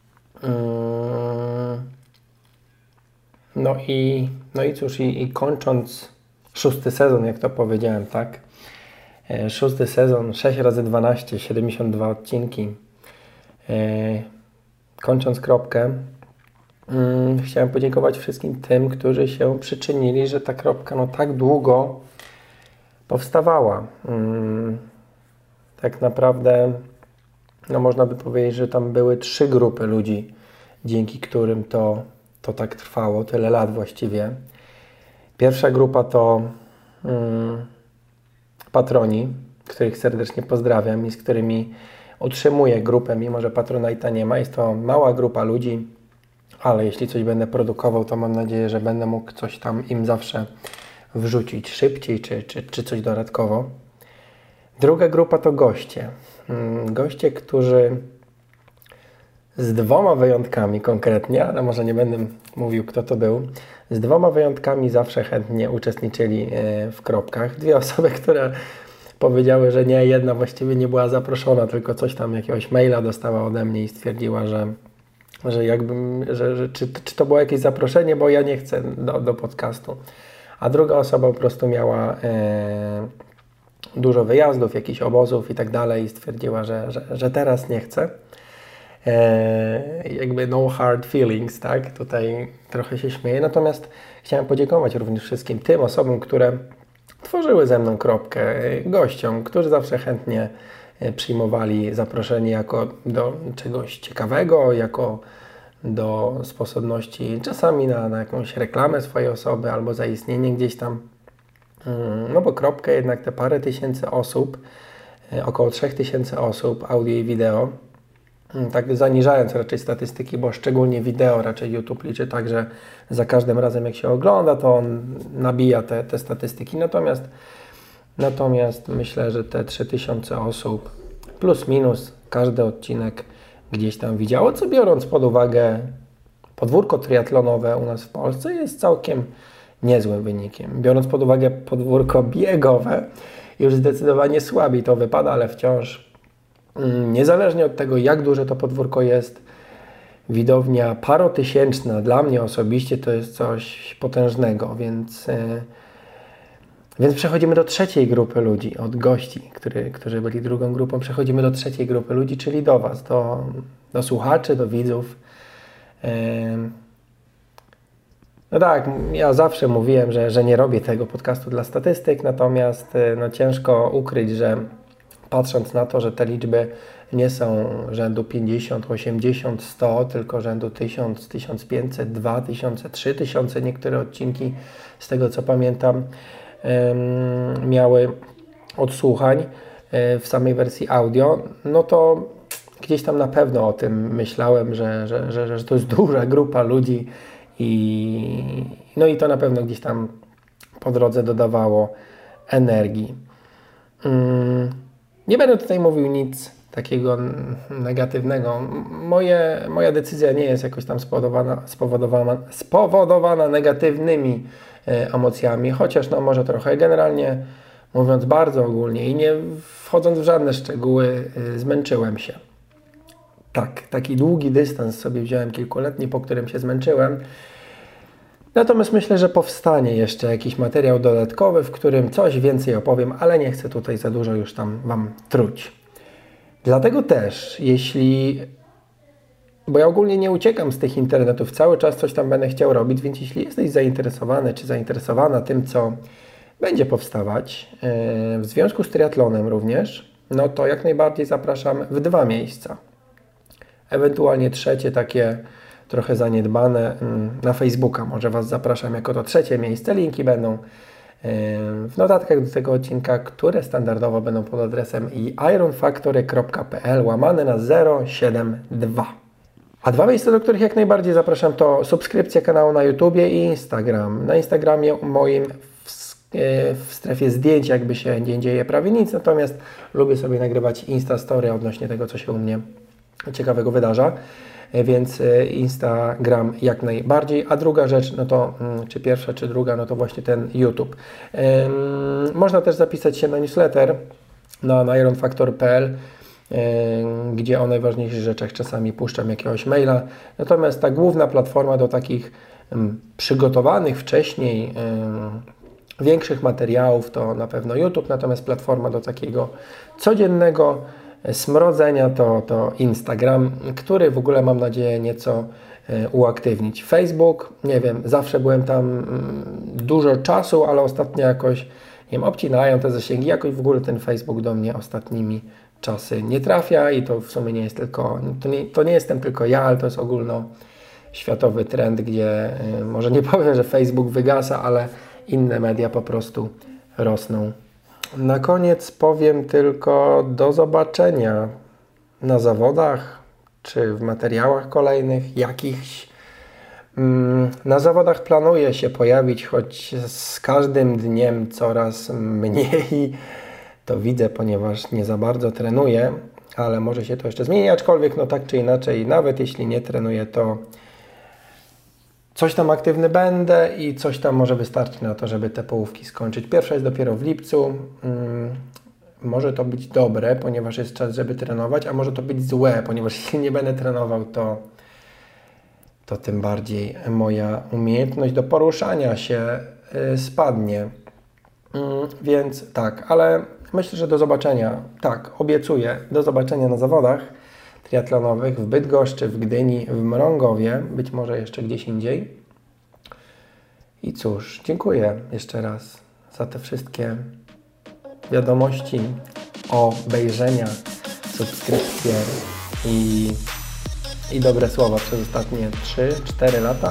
No i cóż, i kończąc 6. sezon, jak to powiedziałem, tak? 6. sezon, 6x12, 72 odcinki. Kończąc kropkę, chciałem podziękować wszystkim tym, którzy się przyczynili, że ta kropka no tak długo powstawała. Tak naprawdę no można by powiedzieć, że tam były 3 grupy ludzi, dzięki którym to tak trwało, tyle lat właściwie. Pierwsza grupa to patroni, których serdecznie pozdrawiam i z którymi utrzymuję grupę, mimo że Patronite'a nie ma. Jest to mała grupa ludzi, ale jeśli coś będę produkował, to mam nadzieję, że będę mógł coś tam im zawsze wrzucić szybciej, czy coś dodatkowo. Druga grupa to goście. Goście, którzy z 2 wyjątkami konkretnie, ale może nie będę mówił, kto to był, z 2 wyjątkami zawsze chętnie uczestniczyli w kropkach. 2 osoby, które powiedziały, że nie, jedna właściwie nie była zaproszona, tylko coś tam, jakiegoś maila dostała ode mnie i stwierdziła, że jakbym, czy to było jakieś zaproszenie, bo ja nie chcę do podcastu. A druga osoba po prostu miała dużo wyjazdów, jakichś obozów i tak dalej i stwierdziła, że teraz nie chce. Jakby no hard feelings, tak? Tutaj trochę się śmieję. Natomiast chciałem podziękować również wszystkim tym osobom, które tworzyły ze mną kropkę, gościom, którzy zawsze chętnie przyjmowali zaproszenie jako do czegoś ciekawego, jako do sposobności czasami na jakąś reklamę swojej osoby albo zaistnienie gdzieś tam. No bo kropkę jednak te parę tysięcy osób, około 3000 osób, audio i wideo, tak zaniżając raczej statystyki, bo szczególnie wideo raczej YouTube liczy tak, że za każdym razem jak się ogląda, to on nabija te statystyki. Natomiast myślę, że te 3000 osób plus minus każdy odcinek gdzieś tam widziało, co biorąc pod uwagę podwórko triatlonowe u nas w Polsce jest całkiem niezłym wynikiem. Biorąc pod uwagę podwórko biegowe, już zdecydowanie słabiej to wypada, ale wciąż niezależnie od tego, jak duże to podwórko jest, widownia parotysięczna dla mnie osobiście to jest coś potężnego, więc przechodzimy do trzeciej grupy ludzi, od gości, którzy byli drugą grupą, przechodzimy do trzeciej grupy ludzi, czyli do Was, do słuchaczy, do widzów. No tak, ja zawsze mówiłem, że nie robię tego podcastu dla statystyk, natomiast ciężko ukryć, że patrząc na to, że te liczby nie są rzędu 50, 80, 100, tylko rzędu 1000, 1500, 2000, 3000, niektóre odcinki z tego co pamiętam miały odsłuchań w samej wersji audio, no to gdzieś tam na pewno o tym myślałem, że to jest duża grupa ludzi i to na pewno gdzieś tam po drodze dodawało energii. Nie będę tutaj mówił nic takiego negatywnego. Moja decyzja nie jest jakoś tam spowodowana negatywnymi emocjami, chociaż może trochę generalnie mówiąc bardzo ogólnie i nie wchodząc w żadne szczegóły, zmęczyłem się. Tak, taki długi dystans sobie wziąłem kilkuletni, po którym się zmęczyłem. Natomiast myślę, że powstanie jeszcze jakiś materiał dodatkowy, w którym coś więcej opowiem, ale nie chcę tutaj za dużo już tam Wam truć. Dlatego też, bo ja ogólnie nie uciekam z tych internetów, cały czas coś tam będę chciał robić, więc jeśli jesteś zainteresowany czy zainteresowana tym, co będzie powstawać, w związku z triatlonem również, no to jak najbardziej zapraszam w 2 miejsca. Ewentualnie trzecie, takie trochę zaniedbane, na Facebooka może Was zapraszam jako to trzecie miejsce. Linki będą w notatkach do tego odcinka, które standardowo będą pod adresem ironfactory.pl/072. A 2 miejsca, do których jak najbardziej zapraszam, to subskrypcja kanału na YouTubie i Instagram. Na Instagramie moim w strefie zdjęć jakby się nie dzieje prawie nic, natomiast lubię sobie nagrywać Instastory odnośnie tego, co się u mnie ciekawego wydarza, więc Instagram jak najbardziej, a druga rzecz, no to czy pierwsza, czy druga, no to właśnie ten YouTube. Można też zapisać się na newsletter na ironfactor.pl, gdzie o najważniejszych rzeczach czasami puszczam jakiegoś maila, natomiast ta główna platforma do takich przygotowanych wcześniej większych materiałów to na pewno YouTube, natomiast platforma do takiego codziennego smrodzenia to Instagram, który w ogóle mam nadzieję nieco uaktywnić. Facebook, nie wiem, zawsze byłem tam dużo czasu, ale ostatnio jakoś, nie wiem, obcinają te zasięgi, jakoś w ogóle ten Facebook do mnie ostatnimi czasy nie trafia i to w sumie nie jest tylko, to nie jestem tylko ja, ale to jest ogólnoświatowy trend, gdzie może nie powiem, że Facebook wygasa, ale inne media po prostu rosną. Na koniec powiem tylko do zobaczenia na zawodach, czy w materiałach kolejnych jakichś. Na zawodach planuję się pojawić, choć z każdym dniem coraz mniej to widzę, ponieważ nie za bardzo trenuję, ale może się to jeszcze zmieni, aczkolwiek no tak czy inaczej, nawet jeśli nie trenuję, to coś tam aktywny będę i coś tam może wystarczy na to, żeby te połówki skończyć. Pierwsza jest dopiero w lipcu. Może to być dobre, ponieważ jest czas, żeby trenować, a może to być złe, ponieważ jeśli nie będę trenował, to tym bardziej moja umiejętność do poruszania się spadnie. Więc tak, ale myślę, że do zobaczenia. Tak, obiecuję, do zobaczenia na zawodach triatlonowych w Bydgoszczy, w Gdyni, w Mrągowie, być może jeszcze gdzieś indziej. I cóż, dziękuję jeszcze raz za te wszystkie wiadomości, obejrzenia, subskrypcje i dobre słowa przez ostatnie 3-4 lata.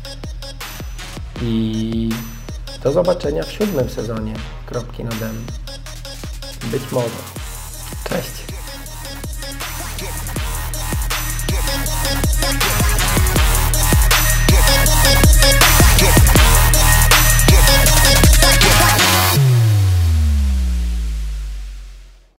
I do zobaczenia w 7. sezonie Kropki nad M. Być może. Cześć!